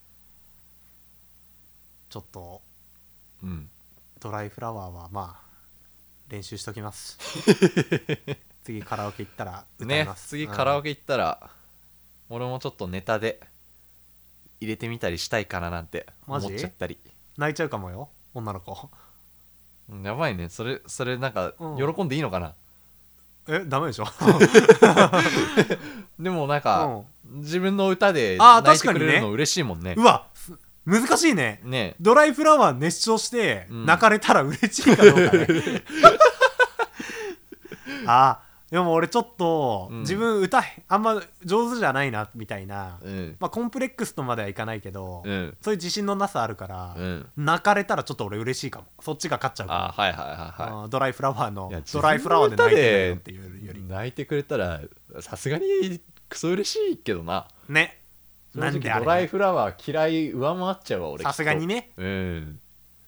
B: ちょっと、うん、ドライフラワーはまあ練習しときます次カラオケ行ったら歌います、
A: ね、次カラオケ行ったら、うん、俺もちょっとネタで入れてみたりしたいかななんて思っちゃったり。
B: 泣いちゃうかもよ女の子。
A: やばいねそれ。それなんか喜んでいいのかな、
B: うん、えダメでしょ
A: でもなんか、うん、自分の歌で泣いてくれるの嬉しいもんね。
B: うわ難しいね。
A: ね
B: ドライフラワー熱唱して泣かれたら嬉しいかどうかね、うん、あでも俺ちょっと、
A: うん
B: 自分歌あんま上手じゃないなみたいな、
A: うん
B: まあコンプレックスとまではいかないけど、
A: うん
B: そういう自信のなさあるから、
A: うん
B: 泣かれたらちょっと俺嬉しいかも。そっちが勝っちゃうかも。
A: あはいはいはいは
B: あードライフラワーの
A: いいや
B: ドライフラワーで泣いてるよっていうより
A: 泣いてくれたらさすがにクソ嬉しいけどな。
B: ね。
A: 正直
B: なんであれ
A: ドライフラワー嫌い上回っちゃうわ俺。
B: さすがにね。
A: うん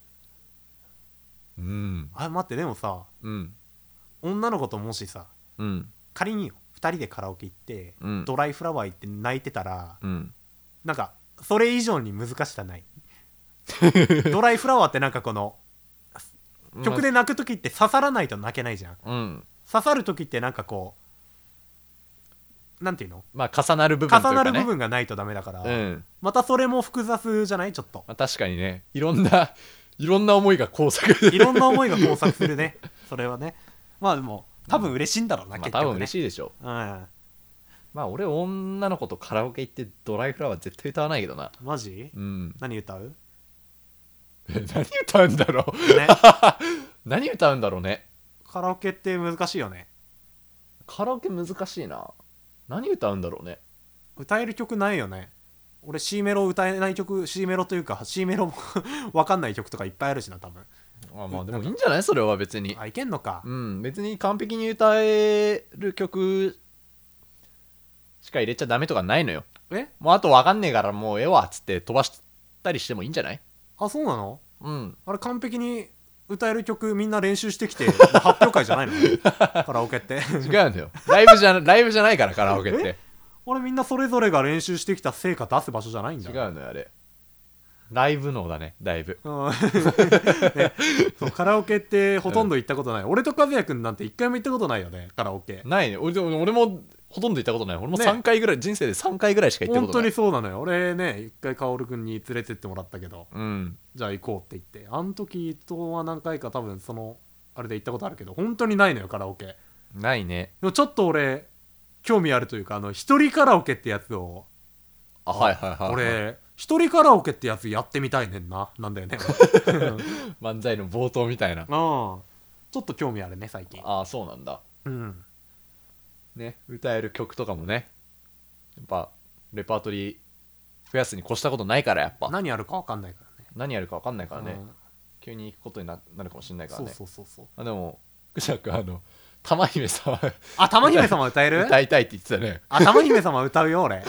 A: うん
B: あ待ってでもさ、
A: うん
B: 女の子ともしさ
A: うん
B: 仮によふたりでカラオケ行って、
A: うん
B: ドライフラワー行って泣いてたら、
A: うん
B: なんかそれ以上に難しさないドライフラワーってなんかこの曲で泣く時って刺さらないと泣けないじゃん。
A: うん
B: 刺さる時ってなんかこうなんていうの
A: まあ重なる部分というかね
B: 重なる部分がないとダメだから、
A: うん
B: またそれも複雑じゃないちょっと
A: まあ、確かにねいろんないろんな思いが交錯
B: いろんな思いが交錯するねそれはね。まあでも多分嬉しいんだろうな、
A: まあ
B: 結局ね。
A: 多分嬉しいでしょう。
B: うん、
A: まあ俺女の子とカラオケ行ってドライフラワー絶対歌わないけどな。
B: マジ
A: うん
B: 何歌う
A: え何歌うんだろう
B: ね
A: 何歌うんだろうね。
B: カラオケって難しいよね。
A: カラオケ難しいな。何歌うんだろうね。
B: 歌える曲ないよね。俺 C メロ歌えない曲 C メロというか C メロも分かんない曲とかいっぱいあるしな多分。
A: あまあでもいいんじゃないそれは別に。
B: あいけんのか。
A: うん別に完璧に歌える曲しか入れちゃダメとかないのよ。
B: え
A: もうあと分かんねえからもうええわっつって飛ばしたりしてもいいんじゃない。
B: あそうなの。
A: うん
B: あれ完璧に歌える曲みんな練習してきて発表会じゃないのカラオケって
A: 違うんだよ。ライブじゃライブじゃないからカラオケって
B: 俺みんなそれぞれが練習してきた成果出す場所じゃないんだ。
A: 違うのよあれ。ライブ能だねだいぶ。
B: うんね、そうカラオケってほとんど行ったことない、うん、俺と和也くんなんて一回も行ったことないよねカラオケ。
A: ないね。俺でも俺もほとんど行ったことない。俺も
B: ね
A: さんかいぐらい、人生でさんかいぐらいしか行ったことない。
B: 本当にそうなのよ。俺ね一回薫くんに連れてってもらったけど、
A: うん
B: じゃあ行こうって言ってあの時とは何回か多分そのあれで行ったことあるけど本当にないのよカラオケ。で
A: ないね。
B: もちょっと俺興味あるというかあの一人カラオケってやつを
A: あはいはいはい、はい、
B: 俺一人カラオケってやつやってみたいねんな。なんだよね
A: 漫才の冒頭みたいな。
B: うんちょっと興味あるね最近。
A: ああそうなんだ
B: うん
A: ね。歌える曲とかもねやっぱレパートリー増やすに越したことないからやっぱ
B: 何やるか分かんないからね。
A: 何やるか分かんないからね、
B: うん
A: 急に行くことに な, なるかもしれないから
B: そう
A: ね。
B: そうそうそう。
A: あでもくしゃくあの玉姫様
B: あ玉姫様歌える
A: 歌いたいって言ってたね。
B: あ玉姫様歌うよ俺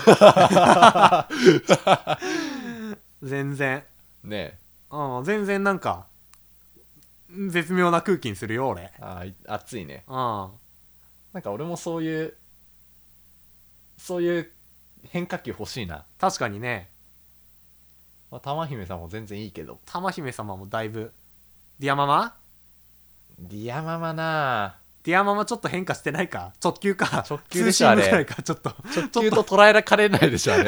B: 全然
A: ね
B: うん全然なんか絶妙な空気にするよ俺。
A: あ熱いね。
B: うん
A: なんか俺もそういうそういう変化球欲しいな。
B: 確かにね。
A: まあ、玉姫さんも全然いいけど
B: 玉姫様もだいぶディアママ
A: ディアママな
B: ディアママちょっと変化してないか。直球か
A: 直球でしょあれ
B: ツーシームぐらいかちょっと
A: 直球と捉えられないでしょあれ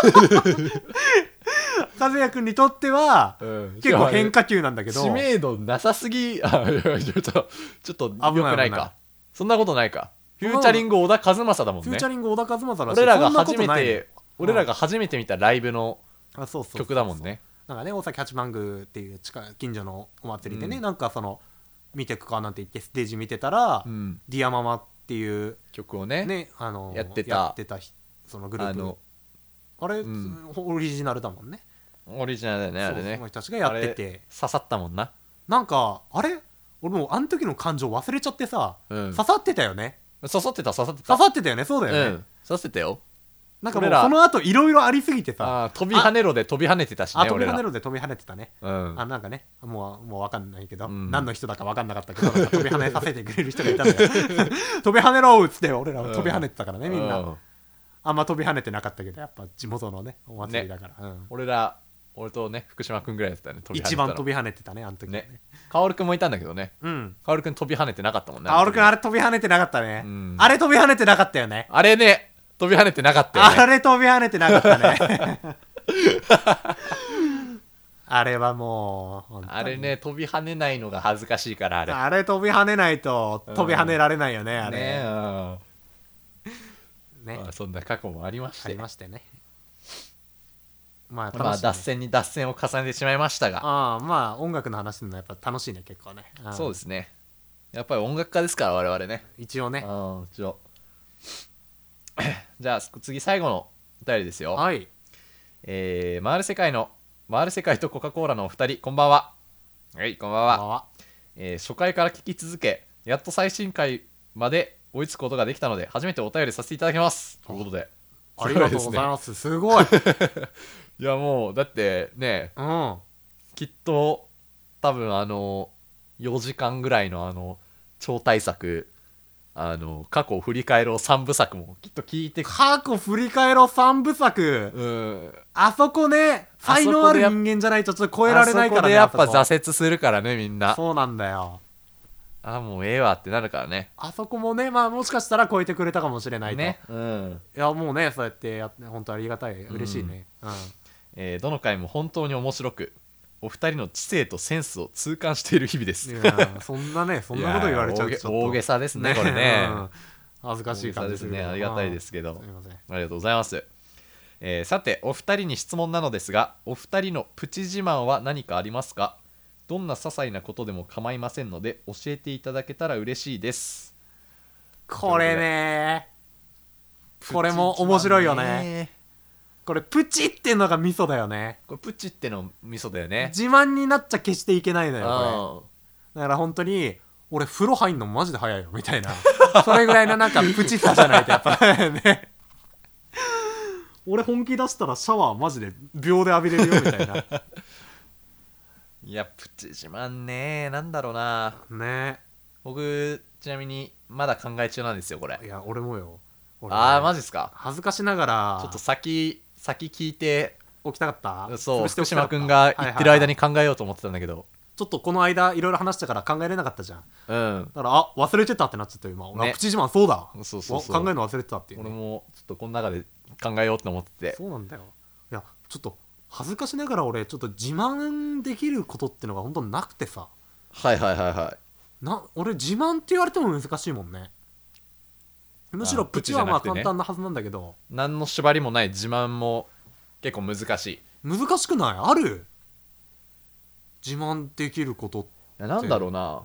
B: 和也くんにとっては、
A: うん、
B: 結構変化球なんだけど
A: 知名度なさすぎあいやちょっとちょっと良く
B: 危ない危ない
A: ないか。そんなことないか。フューチャリング小田和正だもんね。
B: フューチャリング小田和正らしい。
A: 俺らが
B: そんなこ
A: 初め
B: とない
A: て俺らが初めて見たライブの
B: あそうそうそうそう
A: 曲だもんね。
B: なんかね大崎八幡宮っていう近い近所のお祭りでね、
A: うん
B: なんかその見てくかなんて言ってステージ見てたら、
A: うん、
B: ディアママっていう
A: 曲をね
B: ねあの
A: やってた
B: やってたひそのグループ
A: あの
B: あれ、
A: うん
B: オリジナルだもんね。
A: オリジナルだよねあれね。
B: そうその人たちがやってて
A: 刺さったもんな。
B: なんかあれ俺もうあの時の感情忘れちゃってさ、
A: うん
B: 刺さってたよね。
A: 刺さってた刺さってた
B: 刺さってたよね。そうだよね、
A: うん刺さってたよ。
B: なんかもう
A: 俺ら
B: その後いろいろありすぎてさ
A: あ飛び跳ねろで飛び跳ねてたし
B: あ飛び
A: ね俺ら
B: 跳ねるで飛び跳ねてたね、
A: うん
B: あなんかねもうもう分かんないけど、
A: うん
B: 何の人だか分かんなかったけどなんか飛び跳ねさせてくれる人がいたんだよ飛び跳ねろっつって俺らは飛び跳ねてたからね、みんな、
A: うん
B: あんま飛び跳ねてなかったけどやっぱ地元のねお祭りだから、うん
A: 俺ら俺とね福島君ぐらいだったよね飛び跳ねて
B: 一
A: たの
B: 番飛び跳ねてたねあの時ね
A: ね薫君もいたんだけどね。
B: うん
A: 薫君飛び跳ねてなかったもんね。
B: あ俺くんあ
A: れ
B: れ飛び跳ねてなかったね、
A: うん
B: あれ飛び跳ねてなかったよね
A: あれね飛び跳ねてなかったよね。
B: あれ飛び跳ねてなかったねあれはもう本当に
A: あれね飛び跳ねないのが恥ずかしいからあれ
B: あれ飛び跳ねないと飛び跳ねられないよね、あれ
A: ねうん
B: ね
A: まあ、そんな過去もありまし
B: あ
A: て
B: りましてね。まあ楽しい、ね、
A: まあ脱線に脱線を重ねてしまいましたが
B: ああまあ音楽の話するのはやっぱ楽しいね結構ね。
A: そうですねやっぱり音楽家ですから我々ね。
B: 一応ね。
A: あ一応じゃあ次最後のお便りですよ。
B: はい。
A: えー、回る世界の回る世界とコカ・コーラのお二人、こんばんは。はい、こんばんは。
B: こんばんは。
A: えー、初回から聞き続け、やっと最新回まで追いつくことができたので初めてお便りさせていただきますということで、
B: ありがとうございます。すごい。
A: いやもうだってね、
B: うん、
A: きっと多分あのよじかんぐらいのあの超大作、あの過去を振り返ろうさんぶさくもきっと聞いて、
B: 過去振り返ろうさんぶさく、
A: うん、
B: あそこね、才能ある人間じゃないとちょっと超えられないからね。あそこで
A: やっぱ挫折するからね、みんな。
B: そうなんだよ。
A: あもうええわってなるからね。
B: あそこもね、まあもしかしたら超えてくれたかもしれないと
A: ね、うん、
B: いやもうね、そうやってやって本当ありがたい、嬉しいね、うんうん、
A: えー、どの回も本当に面白く、お二人の知性とセンスを痛感している日々です。
B: いやそんなね、そんなこと言われちゃうとちょっと
A: 大げさですね、これね、うん、
B: 恥ずかしい感じ
A: ですね。ありがたいですけど、
B: すいません、
A: ありがとうございます。えー、さてお二人に質問なのですが、お二人のプチ自慢は何かありますか？どんな些細なことでも構いませんので教えていただけたら嬉しいです。
B: これね、これも面白いよね。これプチってのがミソだよね。
A: これプチってのミソだよね。
B: 自慢になっちゃ決していけないのよこれ。だから本当に俺風呂入んのマジで早いよみたいなそれぐらいのなんかプチさじゃないとやっぱね俺本気出したらシャワーマジで秒で浴びれるよみたいない
A: やプチ自慢ね、なんだろうな
B: ね。
A: 僕ちなみにまだ考え中なんですよこれ。
B: いや俺もよ。俺
A: ね、ああマジっすか。
B: 恥ずかしながら
A: ちょっと先先聞いて
B: 起きたかった。
A: そう福島君が言ってる間に考えようと思ってたんだけど、はいはいはい、
B: ちょっとこの間いろいろ話したから考えれなかったじゃん。
A: うん
B: だからあ忘れてたってなっちゃったよ今、ね、プチ自慢そうだ。
A: そうそうそう
B: 考えるの忘れてたっていう、ね、
A: 俺もちょっとこの中で考えようって思ってて。
B: そうなんだよ。いやちょっと恥ずかしながら俺ちょっと自慢できることってのが本当なくてさ。
A: はいはいはいはい。
B: な俺自慢って言われても難しいもんね。むしろプチはまあ簡単なはずなんだけど、ね、
A: 何の縛りもない自慢も結構難しい。
B: 難しくない？ある？自慢できることって。
A: いやなんだろうな、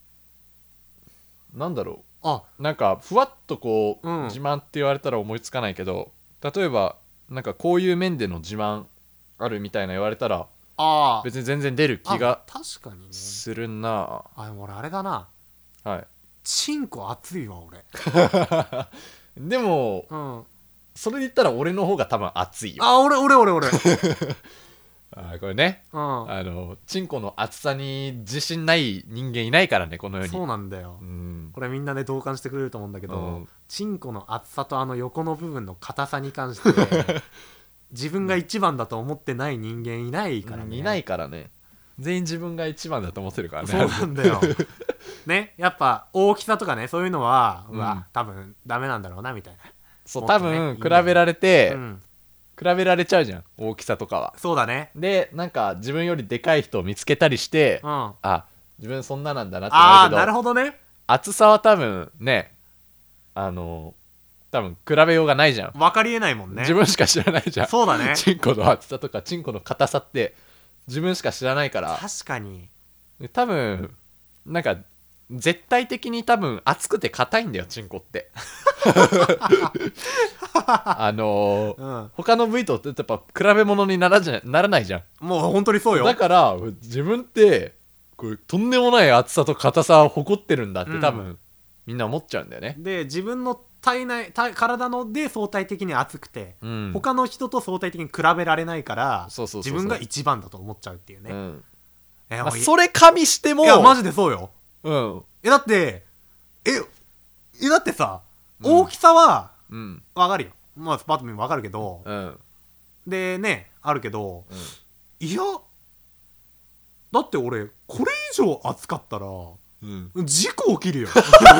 A: なんだろう、
B: あ
A: なんかふわっとこう、
B: うん、
A: 自慢って言われたら思いつかないけど、例えばなんかこういう面での自慢あるみたいな言われたら
B: あ
A: 別に全然出る気が
B: 確かにね
A: するな。
B: あでも俺あれだな、
A: はい、
B: チンコ熱いわ俺
A: でも、うん、それで言ったら俺の方が多分熱いよ。
B: あ俺俺俺俺
A: あこれね、うん、あのチンコの厚さに自信ない人間いないからねこの世に。
B: そうなんだよ、うん、これみんなね同感してくれると思うんだけど、うん、チンコの厚さとあの横の部分の硬さに関して自分が一番だと思ってない人間いないからね、
A: うん、いないからね。全員自分が一番だと思ってるからね。
B: そうなんだよね。やっぱ大きさとかねそういうのは、うん、うわ多分ダメなんだろうなみたいな。
A: そう、ね、多分比べられて、うん、比べられちゃうじゃん大きさとかは。
B: そうだね。
A: でなんか自分よりでかい人を見つけたりして、うん、あ自分そんななんだなってなるけど、
B: あなるほどね。
A: 厚さは多分ねあの多分比べようがないじゃん。
B: 分かりえないもんね。
A: 自分しか知らないじゃん。
B: そうだね。
A: チンコの厚さとかチンコの硬さって自分しか知らないから。
B: 確かに
A: 多分なんか絶対的に多分厚くて硬いんだよチンコってあのーうん、他の部位とやっぱ比べ物にならじゃならないじゃん。
B: もう本当にそうよ。
A: だから自分ってこれとんでもない厚さと硬さを誇ってるんだって多分、うん、みんな思っちゃうんだよね。
B: で自分の体内体体ので相対的に厚くて、うん、他の人と相対的に比べられないから自分が一番だと思っちゃうっていうね、うん
A: えまあ、それ加味しても
B: いやマジでそうよ、
A: うん、
B: えだってええだってさ、うん、大きさは分かるよ、まあスパッと見分かるけど、うん、でねあるけど、うん、いやだって俺これ以上厚かったらうん、事故起きるよ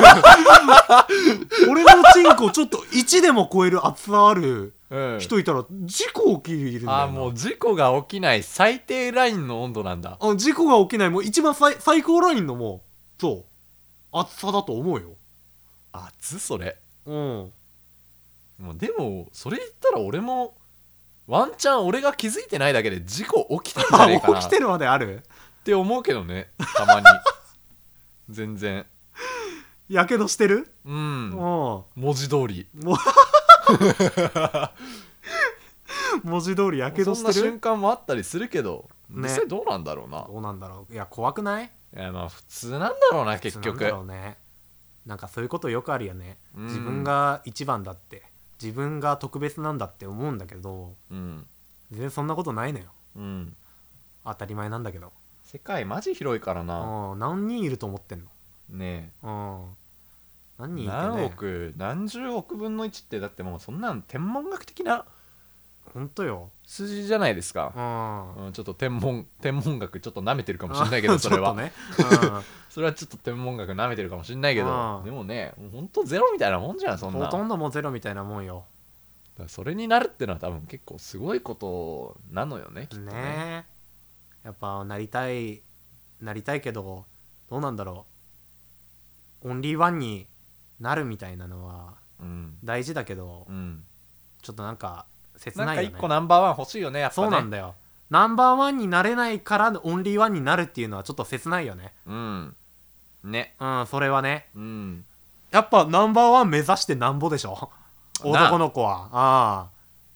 B: 俺のチンコちょっといちでも超える厚さある人いたら事故起きるんだよな、
A: うん、あもう事故が起きない最低ラインの温度なんだ。
B: あ事故が起きないもう一番最最高ラインのもうそう厚さだと思うよ。
A: 厚それ。
B: うん
A: もうでもそれ言ったら俺もワンチャン俺が気づいてないだけで事故起きてるんじゃねえかな
B: 起きてるまである
A: って思うけどねたまに全然
B: やけどしてる。
A: うん、文字通り
B: 文字通りやけどしてる。
A: そんな瞬間もあったりするけど、ね、実際どうなんだろうな。
B: どうなんだろう。いや怖くない？
A: いやまあ普通なんだろうな結局。
B: なんだろうね。なんかそういうことよくあるよね、うん、自分が一番だって自分が特別なんだって思うんだけど、うん、全然そんなことないのよ、うん、当たり前なんだけど。
A: 世界マジ広いからな。
B: うん、何人いると思ってんの
A: ねえ、うん、
B: 何人いてね、
A: 何億何十億分のいちってだってもうそんなん天文学的な
B: ほんとよ
A: 数字じゃないですか、うんうん、ちょっと天文天文学ちょっと舐めてるかもしれないけどそれは、ね、それはちょっと天文学舐めてるかもしれないけど、でもねほんとゼロみたいなもんじゃん。そんな
B: ほとんどもうゼロみたいなもんよ。
A: だからそれになるってのは多分結構すごいことなのよねきっと ね, ね
B: やっぱなりたいなりたいけどどうなんだろう。オンリーワンになるみたいなのは大事だけど、うん、ちょっとなんか切ないよね。
A: なんか一個ナンバーワン欲しいよねやっぱね。
B: そうなんだよ。ナンバーワンになれないからオンリーワンになるっていうのはちょっと切ないよね。
A: うんね、
B: うんそれはね、うん、やっぱナンバーワン目指してなんぼでしょ男の子は。ああ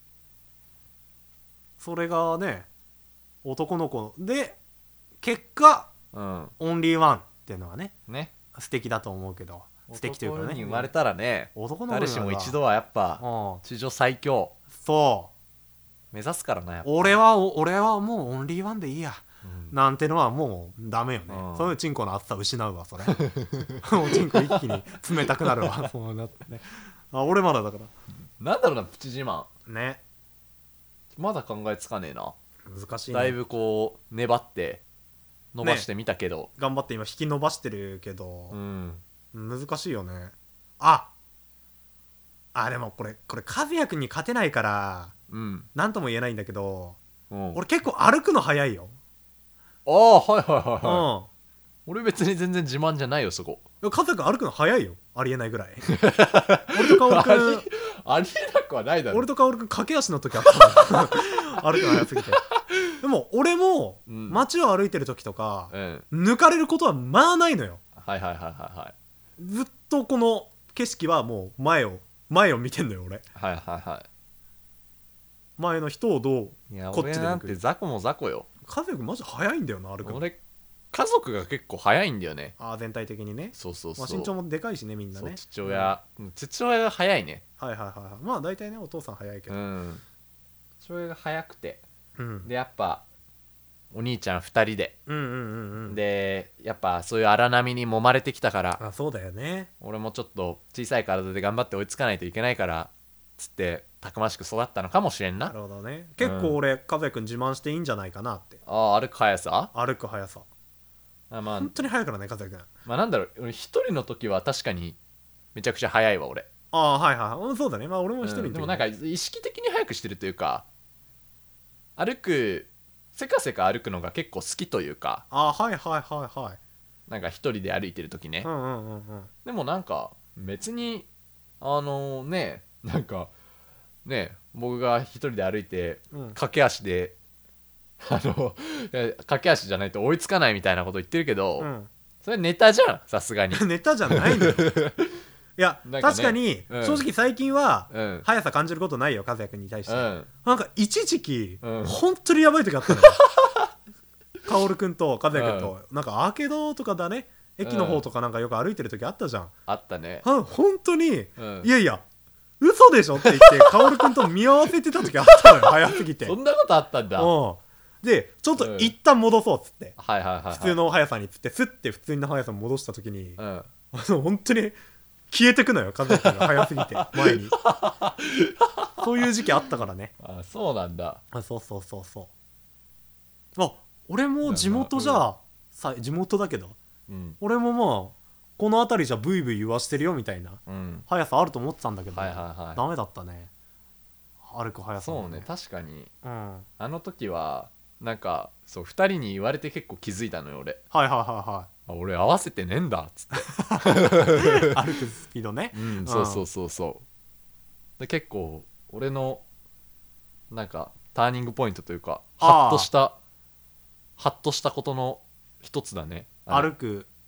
B: それがね男の子で結果、うん、オンリーワンっていうのはねね素敵だと思うけど、素敵というかね、
A: 男に生まれたらね、男の誰しも一度はやっぱ、うん、地上最強
B: そう
A: 目指すからな。やっぱ
B: 俺は俺はもうオンリーワンでいいや、うん、なんてのはもうダメよね、うん、そういうチンコの厚さ失うわそれもうチンコ一気に冷たくなるわそうなってね。あ俺まだだから
A: なんだろうなプチ自慢
B: ね
A: まだ考えつかねえな。
B: 難しいね。
A: だいぶこう粘って伸ばしてみたけど、ね、
B: 頑張って今引き伸ばしてるけど、うん、難しいよね。ああでもこれこれ和也くんに勝てないから何、うん、とも言えないんだけど、うん、俺結構歩くの早いよ。
A: ああはいはいはいはい、うん、俺別に全然自慢じゃないよそこ。
B: 和也くん歩くの早いよありえないぐらい俺と薫くん
A: ありえなくはないだろ。
B: 俺と薫くん駆け足の時あったの歩くの早すぎて。でも俺も街を歩いてる時とか、うん、抜かれることはまあないのよ。
A: はいはいはいはいはい。
B: ずっとこの景色はもう前を前を見てんのよ俺。
A: はいはいはい。
B: 前の人をどう
A: いやこっちで抜く。俺なんて雑魚も雑魚よ。
B: 和也くんマジ早いんだよな歩くの。
A: 俺家族が結構早いんだよね。
B: あ全体的にね。
A: そうそうそう、
B: まあ、身長もでかいしねみんなね。
A: 父親、うん、父親が早いね。
B: はいはいはいはい。まあ大体ねお父さん早いけど、うん、
A: 父親が早くて、うん、でやっぱお兄ちゃんふたりで、うんうんうんうん、でやっぱそういう荒波に揉まれてきたから。
B: あそうだよね。
A: 俺もちょっと小さい体で頑張って追いつかないといけないからつってたくましく育ったのかもしれんな。
B: なるほどね。結構俺、うん、和也くん自慢していいんじゃないかなって。
A: ああ歩く速さ
B: 歩く速さあ、まあ、本当に速いからね和也くん。
A: まあなんだろう俺一人の時は確かにめちゃくちゃ速いわ俺。
B: ああはいはい、そうだね。まあ俺も一人の時、うん、
A: でもなんか意識的に速くしてるというか歩くせかせか歩くのが結構好きというか。
B: ああはいはいはいはい。
A: なんか一人で歩いてる時ね、うんうんうんうん、でもなんか別にあのー、ねなんかね僕が一人で歩いて、うん、駆け足であの駆け足じゃないと追いつかないみたいなこと言ってるけど、うん、それネタじゃんさすがに
B: ネタじゃないのよいや、ね、確かに、うん、正直最近は、うん、速さ感じることないよ和也くんに対して、うん、なんか一時期、うん、本当にやばい時あったのよ薫くんと和也くんと、うん、なんかアーケードとかだね駅の方とかなんかよく歩いてる時あったじゃん、うん、
A: あったね。
B: 本当に、うん、いやいや嘘でしょって言って薫くんと見合わせてた時あったのよ早すぎて。
A: そんなことあったんだ。
B: うんでちょっと一旦戻そうっつって、
A: うん、はいはいはい、はい、
B: 普通の速さにつってスッて普通の速さに戻した時に、うん、あの本当に消えてくのよ和也くんが速すぎて前にそういう時期あったからね。
A: あそうなんだ。
B: あそうそうそうそうあ俺も地元じゃ、うん、さ地元だけど、うん、俺もまあこの辺りじゃブイブイ言わしてるよみたいな、うん、速さあると思ってたんだけど、はいはいはい、ダメだったね歩く速さ、ね、
A: そうね確かに、うん、あの時はなんかそうふたりに言われて結構気づいたのよ俺。
B: はいはいはいはい。
A: あ俺合わせてねえんだっつって
B: 歩くスピードね、
A: うん、そうそうそうそうで結構俺のなんかターニングポイントというかハッとしたハッとしたことの一つだね。
B: 歩く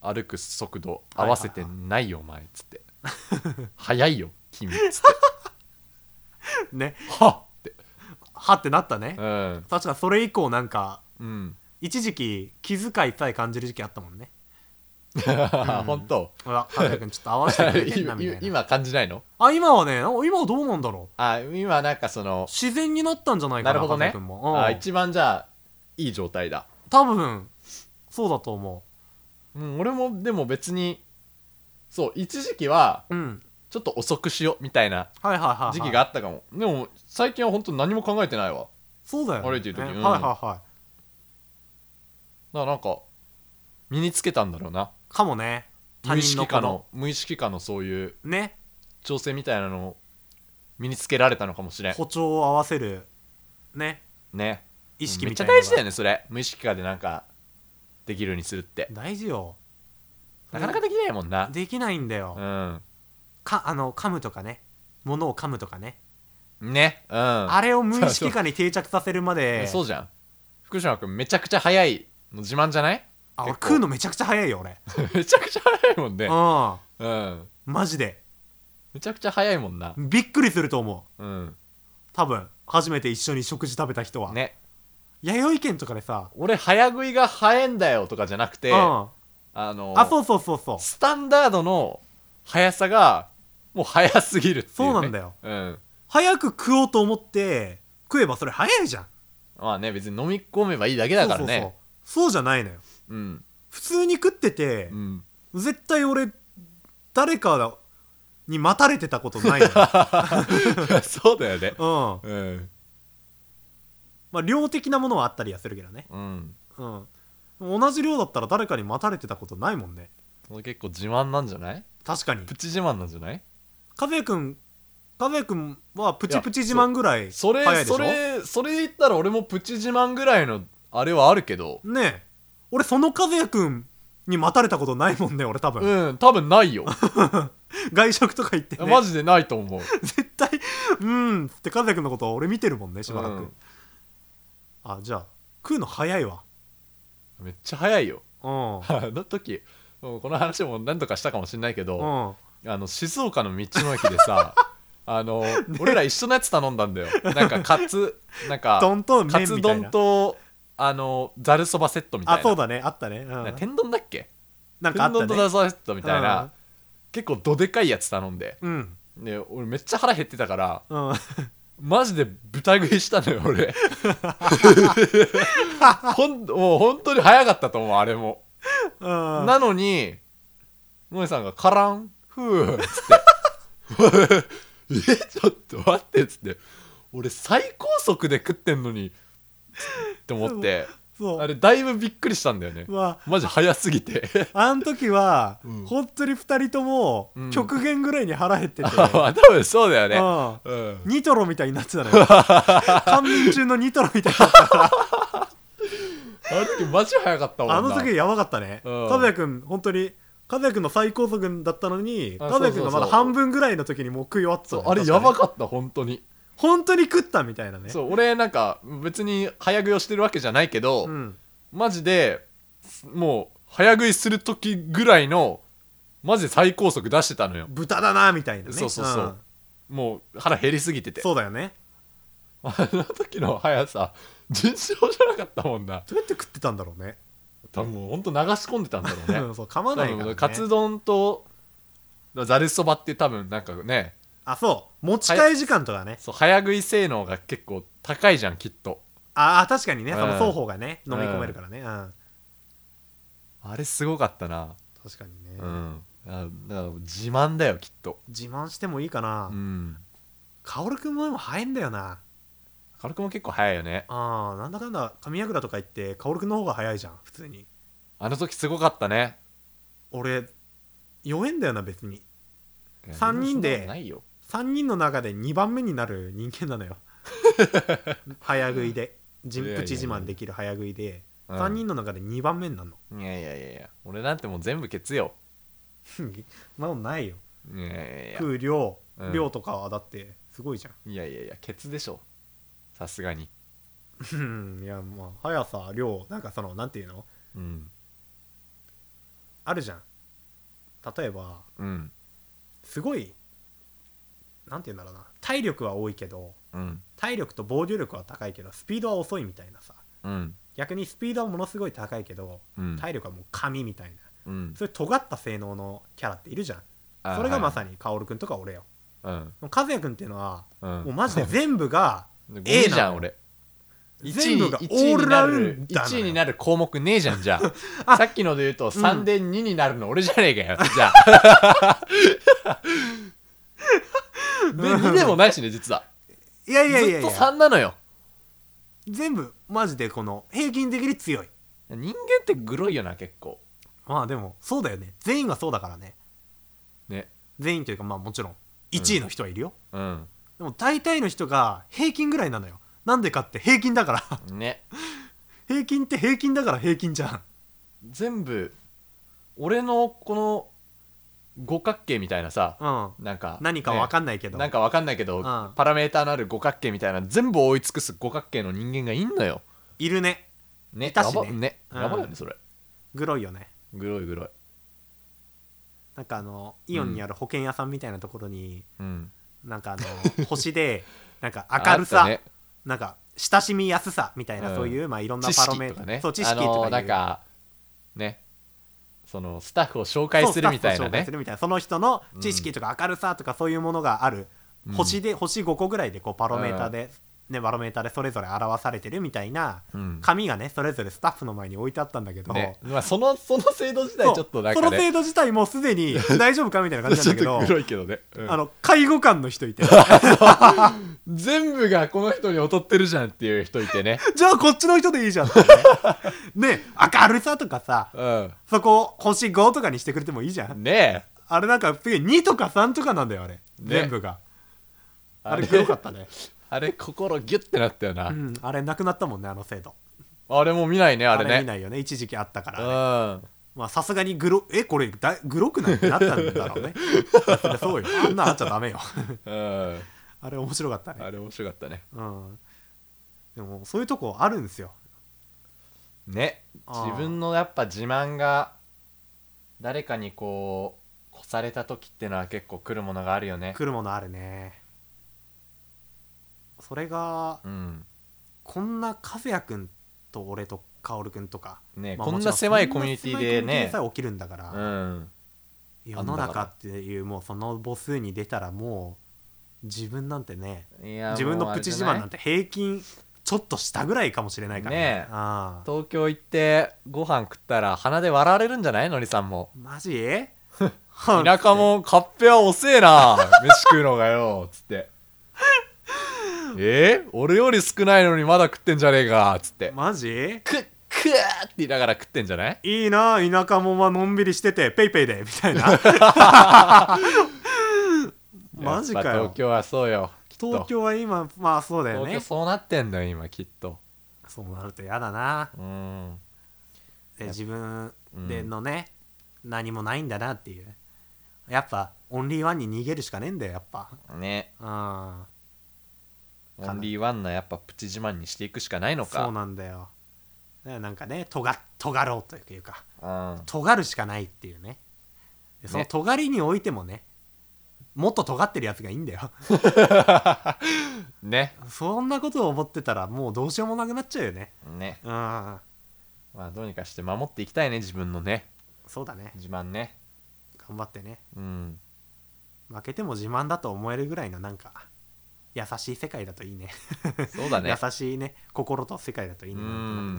A: 歩く速度合わせてないよお前っつって速いよ君っつって
B: ね
A: はっって
B: はってなったね、
A: うん、
B: 確かそれ以降なんか、
A: うん、
B: 一時期気遣いさえ感じる時期あったもんね
A: 本当。
B: ほら和也君ちょっと合わせてくれてんなみたいな
A: 今感じないの？
B: あ今はね今はどうなんだろう。
A: あ今なんかその
B: 自然になったんじゃないかな。
A: なるほどね。
B: 君も、うん、
A: あ一番じゃあいい状態だ。
B: 多分そうだと思
A: う、うん、俺もでも別にそう一時期は
B: うん
A: ちょっと遅くしようみたいな
B: はいはいはいはい
A: 時期があったかも。でも最近は本当に何も考えてないわ。
B: そうだよね
A: 歩いてる時に、うん、
B: はいはいはい。
A: だからなんか身につけたんだろうな。
B: かもね。
A: 無意識化の無意識化のそういう
B: ね
A: 調整みたいなのを身につけられたのかもしれん。
B: 歩調を合わせるね
A: ね
B: 意識みたいなのが
A: めっちゃ大事だよねそれ。無意識化でなんかできるようにするって
B: 大事よ。
A: なかなかできないもんな。
B: できないんだよ、
A: うん、
B: かあの噛むとかね物を噛むとかね
A: ね、うん、
B: あれを無意識化に定着させるまで
A: そうじゃん。福島君めちゃくちゃ早いの自慢じゃない？
B: あ俺食うのめちゃくちゃ早いよ俺
A: めちゃくちゃ早いもんね。
B: うん、
A: うん、
B: マジで
A: めちゃくちゃ早いもんな。
B: びっくりすると思
A: う、うん、
B: 多分初めて一緒に食事食べた人は
A: ね。
B: 弥生県とかでさ
A: 俺早食いが早いんだよとかじゃなくて、
B: うん、
A: あの
B: あそうそうそうそう
A: スタンダードの速さがもう速すぎるっていう、ね、
B: そうなんだよ、
A: うん、
B: 早く食おうと思って食えばそれ早いじゃん。
A: まあね別に飲み込めばいいだけだからね。
B: そうそうそうそうじゃないのよ、
A: うん、
B: 普通に食ってて、うん、絶対俺誰かに待たれてたことないの
A: そうだよね。
B: うん、
A: うん、
B: まあ量的なものはあったりはするけどね、
A: うん
B: うん、同じ量だったら誰かに待たれてたことないもんね。
A: それ結構自慢なんじゃない？
B: 確かに
A: プチ自慢なんじゃない？
B: 和也くん和也くんはプチプチ自慢ぐらい
A: それ
B: 早いでしょ。
A: それそれ言ったら俺もプチ自慢ぐらいのあれはあるけど
B: ねえ俺その和也くんに待たれたことないもんね俺多分。
A: うん多分ないよ
B: 外食とか行って、ね、
A: マジでないと思う
B: 絶対うんって和也くんのこと俺見てるもんねしばらく、うん、あじゃあ食うの早いわ。
A: めっちゃ早いよ。
B: うん
A: あの時この話も何とかしたかもしれないけど、うん、あの静岡の道の駅でさあの、ね、俺ら一緒のやつ頼んだんだよ。なんかカツなんか
B: 丼と麺みたいな
A: カツ丼とあのざるそばセットみたいな。
B: あそうだねあったね、うん、
A: 天丼だっけ
B: なんかあったね。
A: 天丼とざるそばセットみたいな、うん、結構どでかいやつ頼んで、
B: うん、
A: で俺めっちゃ腹減ってたから、
B: うん、
A: マジで豚食いしたのよ俺ほんもう本当に早かったと思うあれも、うん、なのに萌えさんがカランフーっつってえちょっと待ってっつって俺最高速で食ってんのにって思ってそうあれだいぶびっくりしたんだよね、まあ、マジ早すぎて
B: あの時は、うん、本当にふたりとも極限ぐらいに腹減ってて、うん、
A: 多分そうだよね、
B: うん、ニトロみたいになってたのよ寒眠中のニトロみたいになったから
A: あの時マジ早かったもんな。
B: あの時やばかったね。和也くん本当に和也くんの最高速だったのに和也くんがまだ半分ぐらいの時にもう食い終わってた、ね、
A: あれやばかった本当に
B: 本当に食ったみたいなね。
A: そう俺なんか別に早食いをしてるわけじゃないけど、うん、マジでもう早食いする時ぐらいのマジで最高速出してたのよ。
B: 豚だなみたいなね。
A: そうそうそう、うん、もう腹減りすぎてて。
B: そうだよね。
A: あの時の速さ尋常じゃなかったもんな。
B: どうやって食ってたんだろうね。
A: 多分ほんと流し込んでたんだろうね
B: そう噛まないからね。
A: カツ丼とざるそばって多分なんかね
B: あそう持ち帰り時間とかね。
A: そう早食い性能が結構高いじゃんきっと。
B: ああ確かにね、うん、その双方がね飲み込めるからね、うん、
A: あれすごかったな。
B: 確かにね、
A: うん、あだから自慢だよきっと。
B: 自慢してもいいかな。
A: うん
B: 薫くんもでも早いんだよな。
A: 薫くんも結構早いよね。
B: ああなんだかんだ上櫓とか行って薫くんの方が早いじゃん普通に。
A: あの時すごかったね。
B: 俺弱えんだよな別に。さんにんでさんにんの中でにばんめになる人間なのよ早食いで人プチ自慢できる早食いでさんにんの中でにばんめになるの。
A: いやいやいやいや俺なんてもう全部ケツよ
B: そんなことないよ。
A: いやいやいや
B: 食う量、うん、量とかはだってすごいじゃん。
A: いやいやいやケツでしょさすがに
B: いやまあ速さ量なんかそのなんていうの、
A: うん、
B: あるじゃん。例えば、
A: うん、
B: すごいなんて言うんだろうな、体力は多いけど、
A: うん、
B: 体力と防御力は高いけどスピードは遅いみたいなさ、
A: うん、
B: 逆にスピードはものすごい高いけど、
A: うん、
B: 体力はもう神みたいな、
A: うん、
B: そういう尖った性能のキャラっているじゃん。それがまさに薫くんとか俺よ。
A: うん、
B: 和也くんっていうのは、
A: うん、
B: もうマジで全部が
A: A じゃん俺。
B: 全部がオールラウンダー
A: いちいになる項目ねえじゃん。じゃあさっきので言うとさんでにになるの俺じゃねえかよ、じゃあでにでもないしね、実は。
B: いやいやいやいや、
A: ずっとさんなのよ。
B: 全部マジでこの平均的に強い。
A: 人間ってグロいよな結構。
B: まあでもそうだよね、全員がそうだからね。
A: ね、
B: 全員というかまあもちろんいちいの人はいるよ、
A: うん、
B: でも大体の人が平均ぐらいなのよ。なんでかって平均だから
A: ね
B: 平均って平均だから平均じゃん。
A: 全部俺のこの五角形みたいなさ、
B: うん、
A: なんか
B: 何か分かんないけど、
A: ね、なんか分かんないけど、
B: うん、
A: パラメーターのある五角形みたいな全部追い尽くす五角形の人間がいんのよ。
B: いるね。
A: ね、
B: いたしね。
A: やばね、
B: うん、
A: やばいよねそれ。
B: グロいよね。
A: グロいグロい。
B: なんかあのイオンにある保険屋さんみたいなところに、
A: うん、
B: なんかあの星でなんか明るさ、ね、なんか親しみやすさみたいな、うん、そういうまあいろんなパロメーター、
A: ね、
B: そう知識とかいう、あのー、
A: なんかね、そのスタッフを紹介するみたいなね、
B: その人の知識とか明るさとかそういうものがある、うん、星で星ごこぐらいでこうパロメーターで、うん、ね、バロメーターでそれぞれ表されてるみたいな紙がね、それぞれスタッフの前に置いてあったんだけど、ね、
A: まあ、そのその制度自体ちょっとなんか、ね、
B: その制度自体もすでに大丈夫かみたいな感じなんだけど
A: ちょっとグロいけどね、うん、
B: あの介護官の人いて
A: 全部がこの人に劣ってるじゃんっていう人いてね
B: じゃあこっちの人でいいじゃんってねね、明るさとかさ、うん、そこ星ごとかにしてくれてもいいじゃん
A: ね。え
B: あれなんかにとかさんとかなんだよあれ、ね、全部があれグロかったね
A: あれ心ギュッてなったよな、
B: うん、あれなくなったもんね、あの制度。
A: あれもう見ないね、あれね。
B: あれ見ないよね、一時期あったから、ね、
A: うん、
B: まあさすがにグロえこれだグロくないってなったんだろうねそうよ、あんなあっちゃダメよ、うん、あれ面白かったね。
A: あれ面白かったね、
B: うん、でもそういうとこあるんですよ
A: ね。自分のやっぱ自慢が誰かにこう越された時ってのは結構来るものがあるよね。
B: 来るものあるね。それが、うん、こんな和也くんと俺と薫くんとか、
A: ね、まあ、こんな狭いコミュニティでね
B: さえ起きるんだから、うん、世の中っていうもうその母数に出たらもう自分なんてね、自分のプチ自慢なんて平均ちょっと下ぐらいかもしれないからね。
A: ね、ああ東京行ってご飯食ったら鼻で笑われるんじゃない？のりさんも。
B: マジ？
A: 田舎もカッペは遅えな飯食うのがよつってえー、俺より少ないのにまだ食ってんじゃねえかつって。
B: マジ？
A: クックーって言いながら食ってんじゃない？
B: いいな、田舎もまあのんびりしててペイペイでみたいなマジかよ。
A: 東京はそうよ。
B: 東京は今まあそうだよね。
A: 東京そうなってんだよ今きっと。
B: そうなると嫌だな。
A: うん。
B: で自分でのね、うん、何もないんだなっていう。やっぱオンリーワンに逃げるしかねえんだよやっぱ。
A: ね。
B: うん。
A: オンリーワンのやっぱプチ自慢にしていくしかないのか。
B: そうなんだよ。なんかね、とが尖ろうというか、うん、尖るしかないっていうね。その尖りにおいてもね、もっと尖ってるやつがいいんだよ
A: ね。
B: そんなことを思ってたらもうどうしようもなくなっちゃうよね。
A: ね。
B: うん。ま
A: あどうにかして守っていきたいね自分のね。
B: そうだね。
A: 自慢ね。
B: 頑張ってね。
A: うん。
B: 負けても自慢だと思えるぐらいのなんか優しい世界だといいね
A: そうだね。
B: 優しいね心と世界だといいね。うん。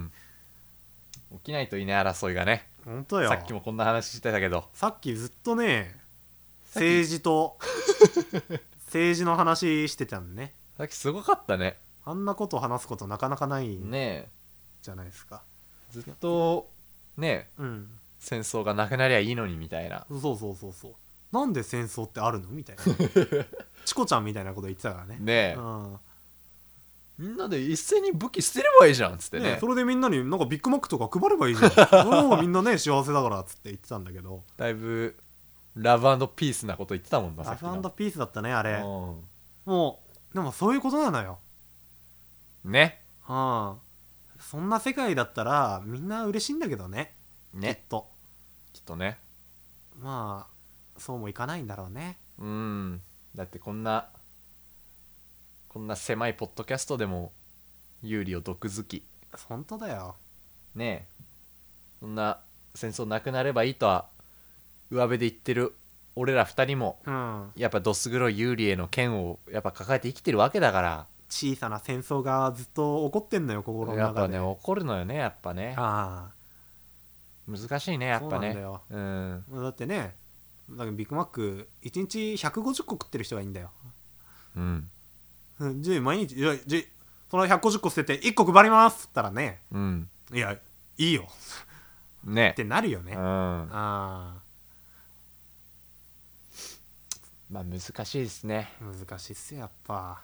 A: 起きないといいね争いがね。
B: 本当よ。
A: さっきもこんな話してたけど。
B: さっきずっとね政治と政治の話してたんね。
A: さっきすごかったね。
B: あんなこと話すことなかなかない
A: ね
B: じゃないですか。
A: ずっとね、
B: うん、
A: 戦争がなくなりゃいいのにみたいな。
B: そうそうそうそう。なんで戦争ってあるのみたいなチコちゃんみたいなこと言ってたからね。
A: ねえ、うん、みんなで一斉に武器捨てればいいじゃんっつってね。
B: ね、それでみんなになんかビッグマックとか配ればいいじゃんその方がみんなね幸せだからっつって言ってたんだけど、
A: だいぶラブ&ピースなこと言ってたもんな。
B: ラブ&ピースだったねあれ、うん、もうでもそういうことなのよ
A: ね。
B: うん、そんな世界だったらみんな嬉しいんだけどね。ね、きっと
A: きっとね。
B: まあそうもいかないんだろうね。
A: うん。だってこんなこんな狭いポッドキャストでも有利を毒好き。
B: 本当だよ
A: ねえ。そんな戦争なくなればいいとは上辺で言ってる俺ら二人も、
B: うん、
A: やっぱどす黒い有利への剣をやっぱ抱えて生きてるわけだから。
B: 小さな戦争がずっと起こってんのよ心の中で。
A: やっぱね起こるのよねやっぱね。
B: あ
A: あ難しいねやっぱね。
B: そうなんだよ、
A: うん、
B: だってねだからビッグマックいちにちひゃくごじゅっこ食ってる人がいいんだよ。
A: うん
B: じゃあ毎日いやじゃそのひゃくごじゅっこ捨てていっこ配りますっつったらね、
A: うん、
B: いやいいよ
A: ね
B: ってなるよね。
A: うん、
B: あ
A: まあ難しいですね。
B: 難しいっすよやっぱ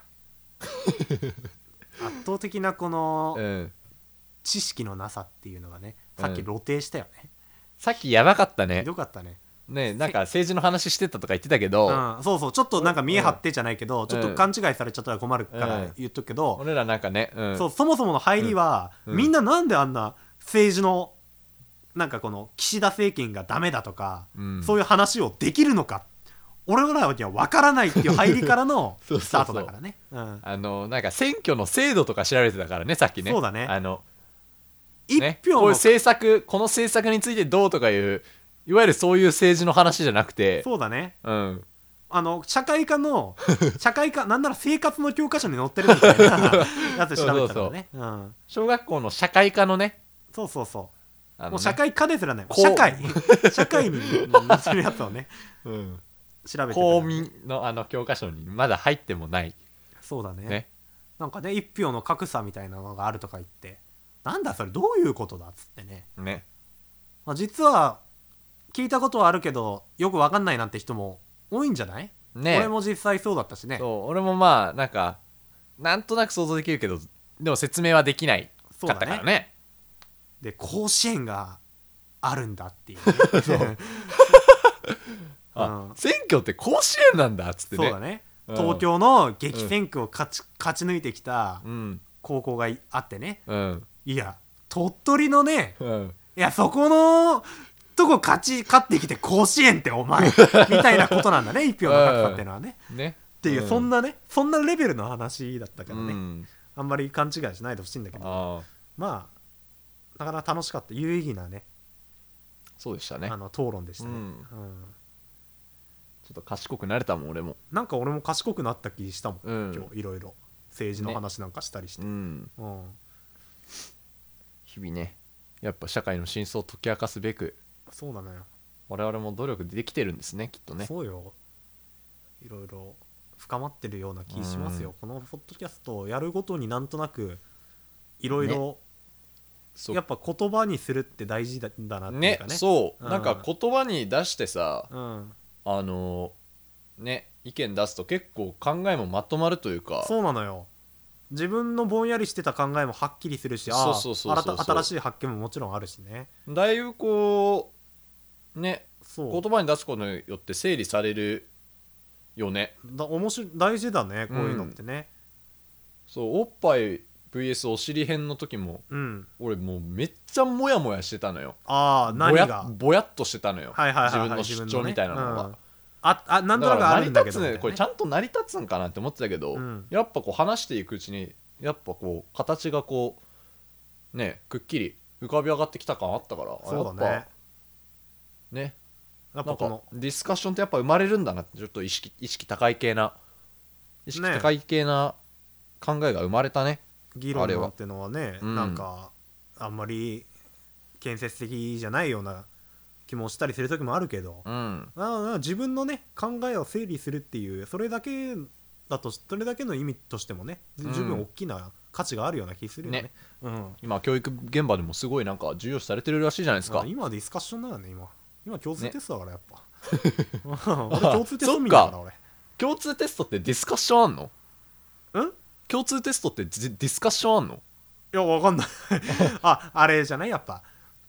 B: 圧倒的なこの
A: うん
B: 知識のなさっていうのがねさっき露呈したよね、
A: さっきやばかったね
B: ひどかったね。
A: ねなんか政治の話してたとか言ってたけど、
B: うん、そうそうちょっとなんか見え張ってじゃないけど、
A: うん
B: ちょっと勘違いされちゃったら困るから言っとくけど、
A: 俺らなんかね、うん、
B: そうそもそもの入りは、
A: うん
B: みんななんであんな政治のなんかこの岸田政権がダメだとか、
A: うん、
B: そういう話をできるのか俺らには分からないっていう入りからの
A: そうそうそう
B: スタートだからね。うん、
A: あのなんか選挙の制度とか調べてたからねさっきね。
B: そうだね。
A: あの
B: 一
A: ね
B: 票の
A: こういう政策この政策についてどうとかいういわゆるそういう政治の話じゃなくて、
B: そうだね、
A: うん、
B: あの社会科の社会科なんなら生活の教科書に載ってるみたいなやつ調べてたからね。うん、
A: 小学校の社会科のね
B: そうそうそう
A: あの、ね、
B: もう社会科ですらね社会社会に載せるやつをね、うん、調べてた、ね、
A: 公民のあの教科書にまだ入ってもない。
B: そうだね。
A: ね
B: なんかね一票の格差みたいなのがあるとか言ってなんだそれどういうことだっつってね。
A: ね、
B: まあ、実は聞いたことはあるけどよく分かんないなんて人も多いんじゃない？ね、俺も実際そうだったしね。
A: そう俺もまあなんかなんとなく想像できるけどでも説明はできないかったから ね, ね
B: で甲子園があるんだっていう、ね、そう
A: あ、うん、選挙って甲子園なんだっつってね。
B: そうだね、うん、東京の激戦区を勝ち、うん、勝ち抜いてきた高校があってね、うん、いや鳥取のね、うん、いやそこのとこ勝ち勝ってきて甲子園ってお前みたいなことなんだね一票の格差っていうのはね、うん、ねっていう、うん、そんなねそんなレベルの話だったからね、うん、あんまり勘違いしないでほしいんだけど、まあなかなか楽しかった有意義なね
A: そうでしたね。
B: あの討論でしたね、うんうん、
A: ちょっと賢くなれたもん俺も。
B: なんか俺も賢くなった気したもん、うん、今日いろいろ政治の話なんかしたりして、ねうんうん、
A: 日々ねやっぱ社会の真相を解き明かすべく
B: そうだね
A: 我々も努力できてるんですねきっとね。
B: そうよいろいろ深まってるような気しますよ、うん、このポッドキャストをやるごとになんとなくいろいろやっぱ言葉にするって大事だなっていうかね。
A: ねそう、うん、なんか言葉に出してさ、うん、あのね意見出すと結構考えもまとまるというか。
B: そうなのよ自分のぼんやりしてた考えもはっきりするしあ新しい発見ももちろんあるしね。
A: だいぶこうねそう言葉に出すことによって整理されるよね。
B: だ面白い大事だねこういうのってね、
A: うん、そうおっぱい ブイエス お尻編の時も、うん、俺もうめっちゃモヤモヤしてたのよ。
B: ああ何が
A: ぼやっとしてたのよ、はいはいはいはい、自分の主張みたいなのが、ねうん、ああなんとなくあるんだけど、ね、これちゃんと成り立つんかなって思ってたけど、うん、やっぱこう話していくうちにやっぱこう形がこうねくっきり浮かび上がってきた感あったから。
B: そうだね
A: ねやっぱこのディスカッションってやっぱ生まれるんだなってちょっと意識意識高い系な意識高い系な考えが生まれたね。
B: 議論なんてのはね、うん、なんかあんまり建設的じゃないような気もしたりする時もあるけど、うん、あ自分のね考えを整理するっていうそれだけだとそれだけの意味としてもね十分大きな価値があるような気するよね。ね、うん、
A: 今教育現場でもすごいなんか重要視されてるらしいじゃないですか。
B: 今ディスカッションだよね今今共通テストだからやっぱ、ね、俺共通テスト見たから俺
A: 共通テストってディスカッションあんの？
B: ん
A: 共通テストってディスカッションあんの？
B: いやわかんないああれじゃないやっぱ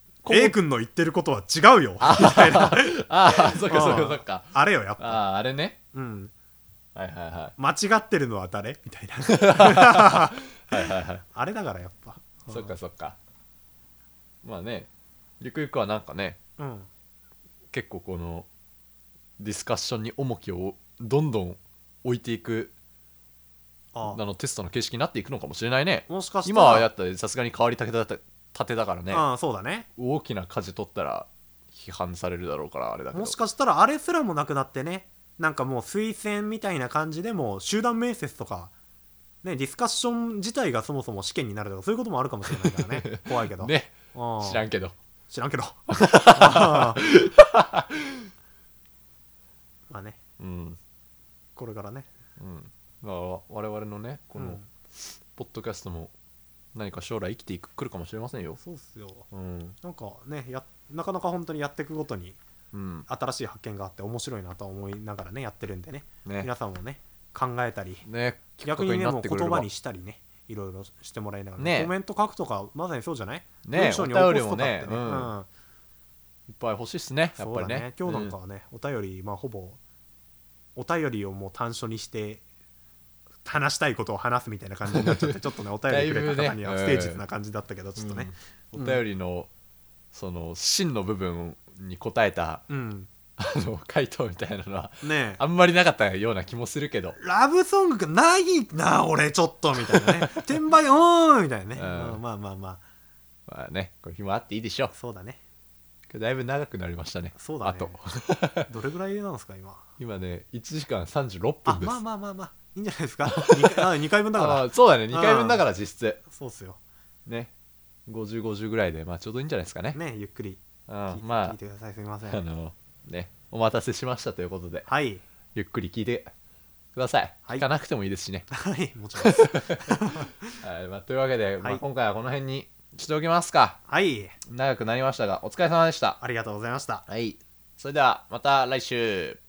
B: A 君の言ってることは違うよみたいな
A: ああそっかそっかそっか
B: あれよやっぱ
A: ああれね
B: うん
A: はいはいはい
B: 間違ってるのは誰みたいなはいはいはいあれだからやっぱ
A: そっかそっかまあねゆくゆくはなんかね、うん、 結構このディスカッションに重きをどんどん置いていくあのテストの形式になっていくのかもしれないね。
B: もしかしたら
A: 今はやったらさすがに変わりたてだたてだからね。
B: ああそうだね。
A: 大きな舵取ったら批判されるだろうからあれだけど、
B: もしかしたらあれすらもなくなってね、なんかもう推薦みたいな感じでも集団面接とかね、ディスカッション自体がそもそも試験になるとかそういうこともあるかもしれないからね怖いけど
A: ね、
B: うん
A: 知らんけど
B: 知らんけどまあね、
A: うん、
B: これからね、
A: うん、だから我々のねこの、うん、ポッドキャストも何か将来生きていくくるかもしれませんよ。
B: そうっすよ、
A: うん、
B: なんかねやなかなか本当にやっていくごとに、うん、新しい発見があって面白いなと思いながらねやってるんで ね, ね皆さんもね考えたり、ね、逆にねもう言葉にしたりねいろいろしてもらいながら、ね、コメント書くとかまさにそうじゃない、ね、文章に起こすとかってね、うんうん、
A: いっぱい欲しいっすねやっぱり ね,
B: ね今日なんかはね、うん、お便りまあほぼお便りをもう短所にして話したいことを話すみたいな感じになっちゃってちょっとねお便りくれた方には不誠実な感じだったけど、ちょっとね、
A: うん、お便りのその真の部分に答えた、うん、あの回答みたいなのは、ね、あんまりなかったような気もするけど、
B: ラブソングがないな俺ちょっとみたいなね転売おーみたいなね、うん、まあまあまあ
A: まあねこれ暇あっていいでしょう。
B: そうだね、
A: だいぶ長くなりましたね。
B: そうだね、
A: あと
B: どれぐらいなんですか今
A: 今ねいちじかんさんじゅうろっぷんです。
B: あまあまあまあまあいいんじゃないですか 2, 回あにかいぶんだから
A: あそうだねにかいぶんだから実質
B: そうっすよ
A: ねごじゅう、ごじゅうぐらいでまあちょうどいいんじゃないですかね。
B: ねゆっくり
A: あまあ
B: 聞いてください。すみません。
A: あのねお待たせしましたということで、
B: はい、
A: ゆっくり聞いてください。はい、聞かなくてもいいですしね。
B: はいもちろんです。
A: はいまあ、というわけで、はいまあ、今回はこの辺にしておきますか。
B: はい。
A: 長くなりましたがお疲れ様でした。
B: ありがとうございました。
A: はい。それではまた来週。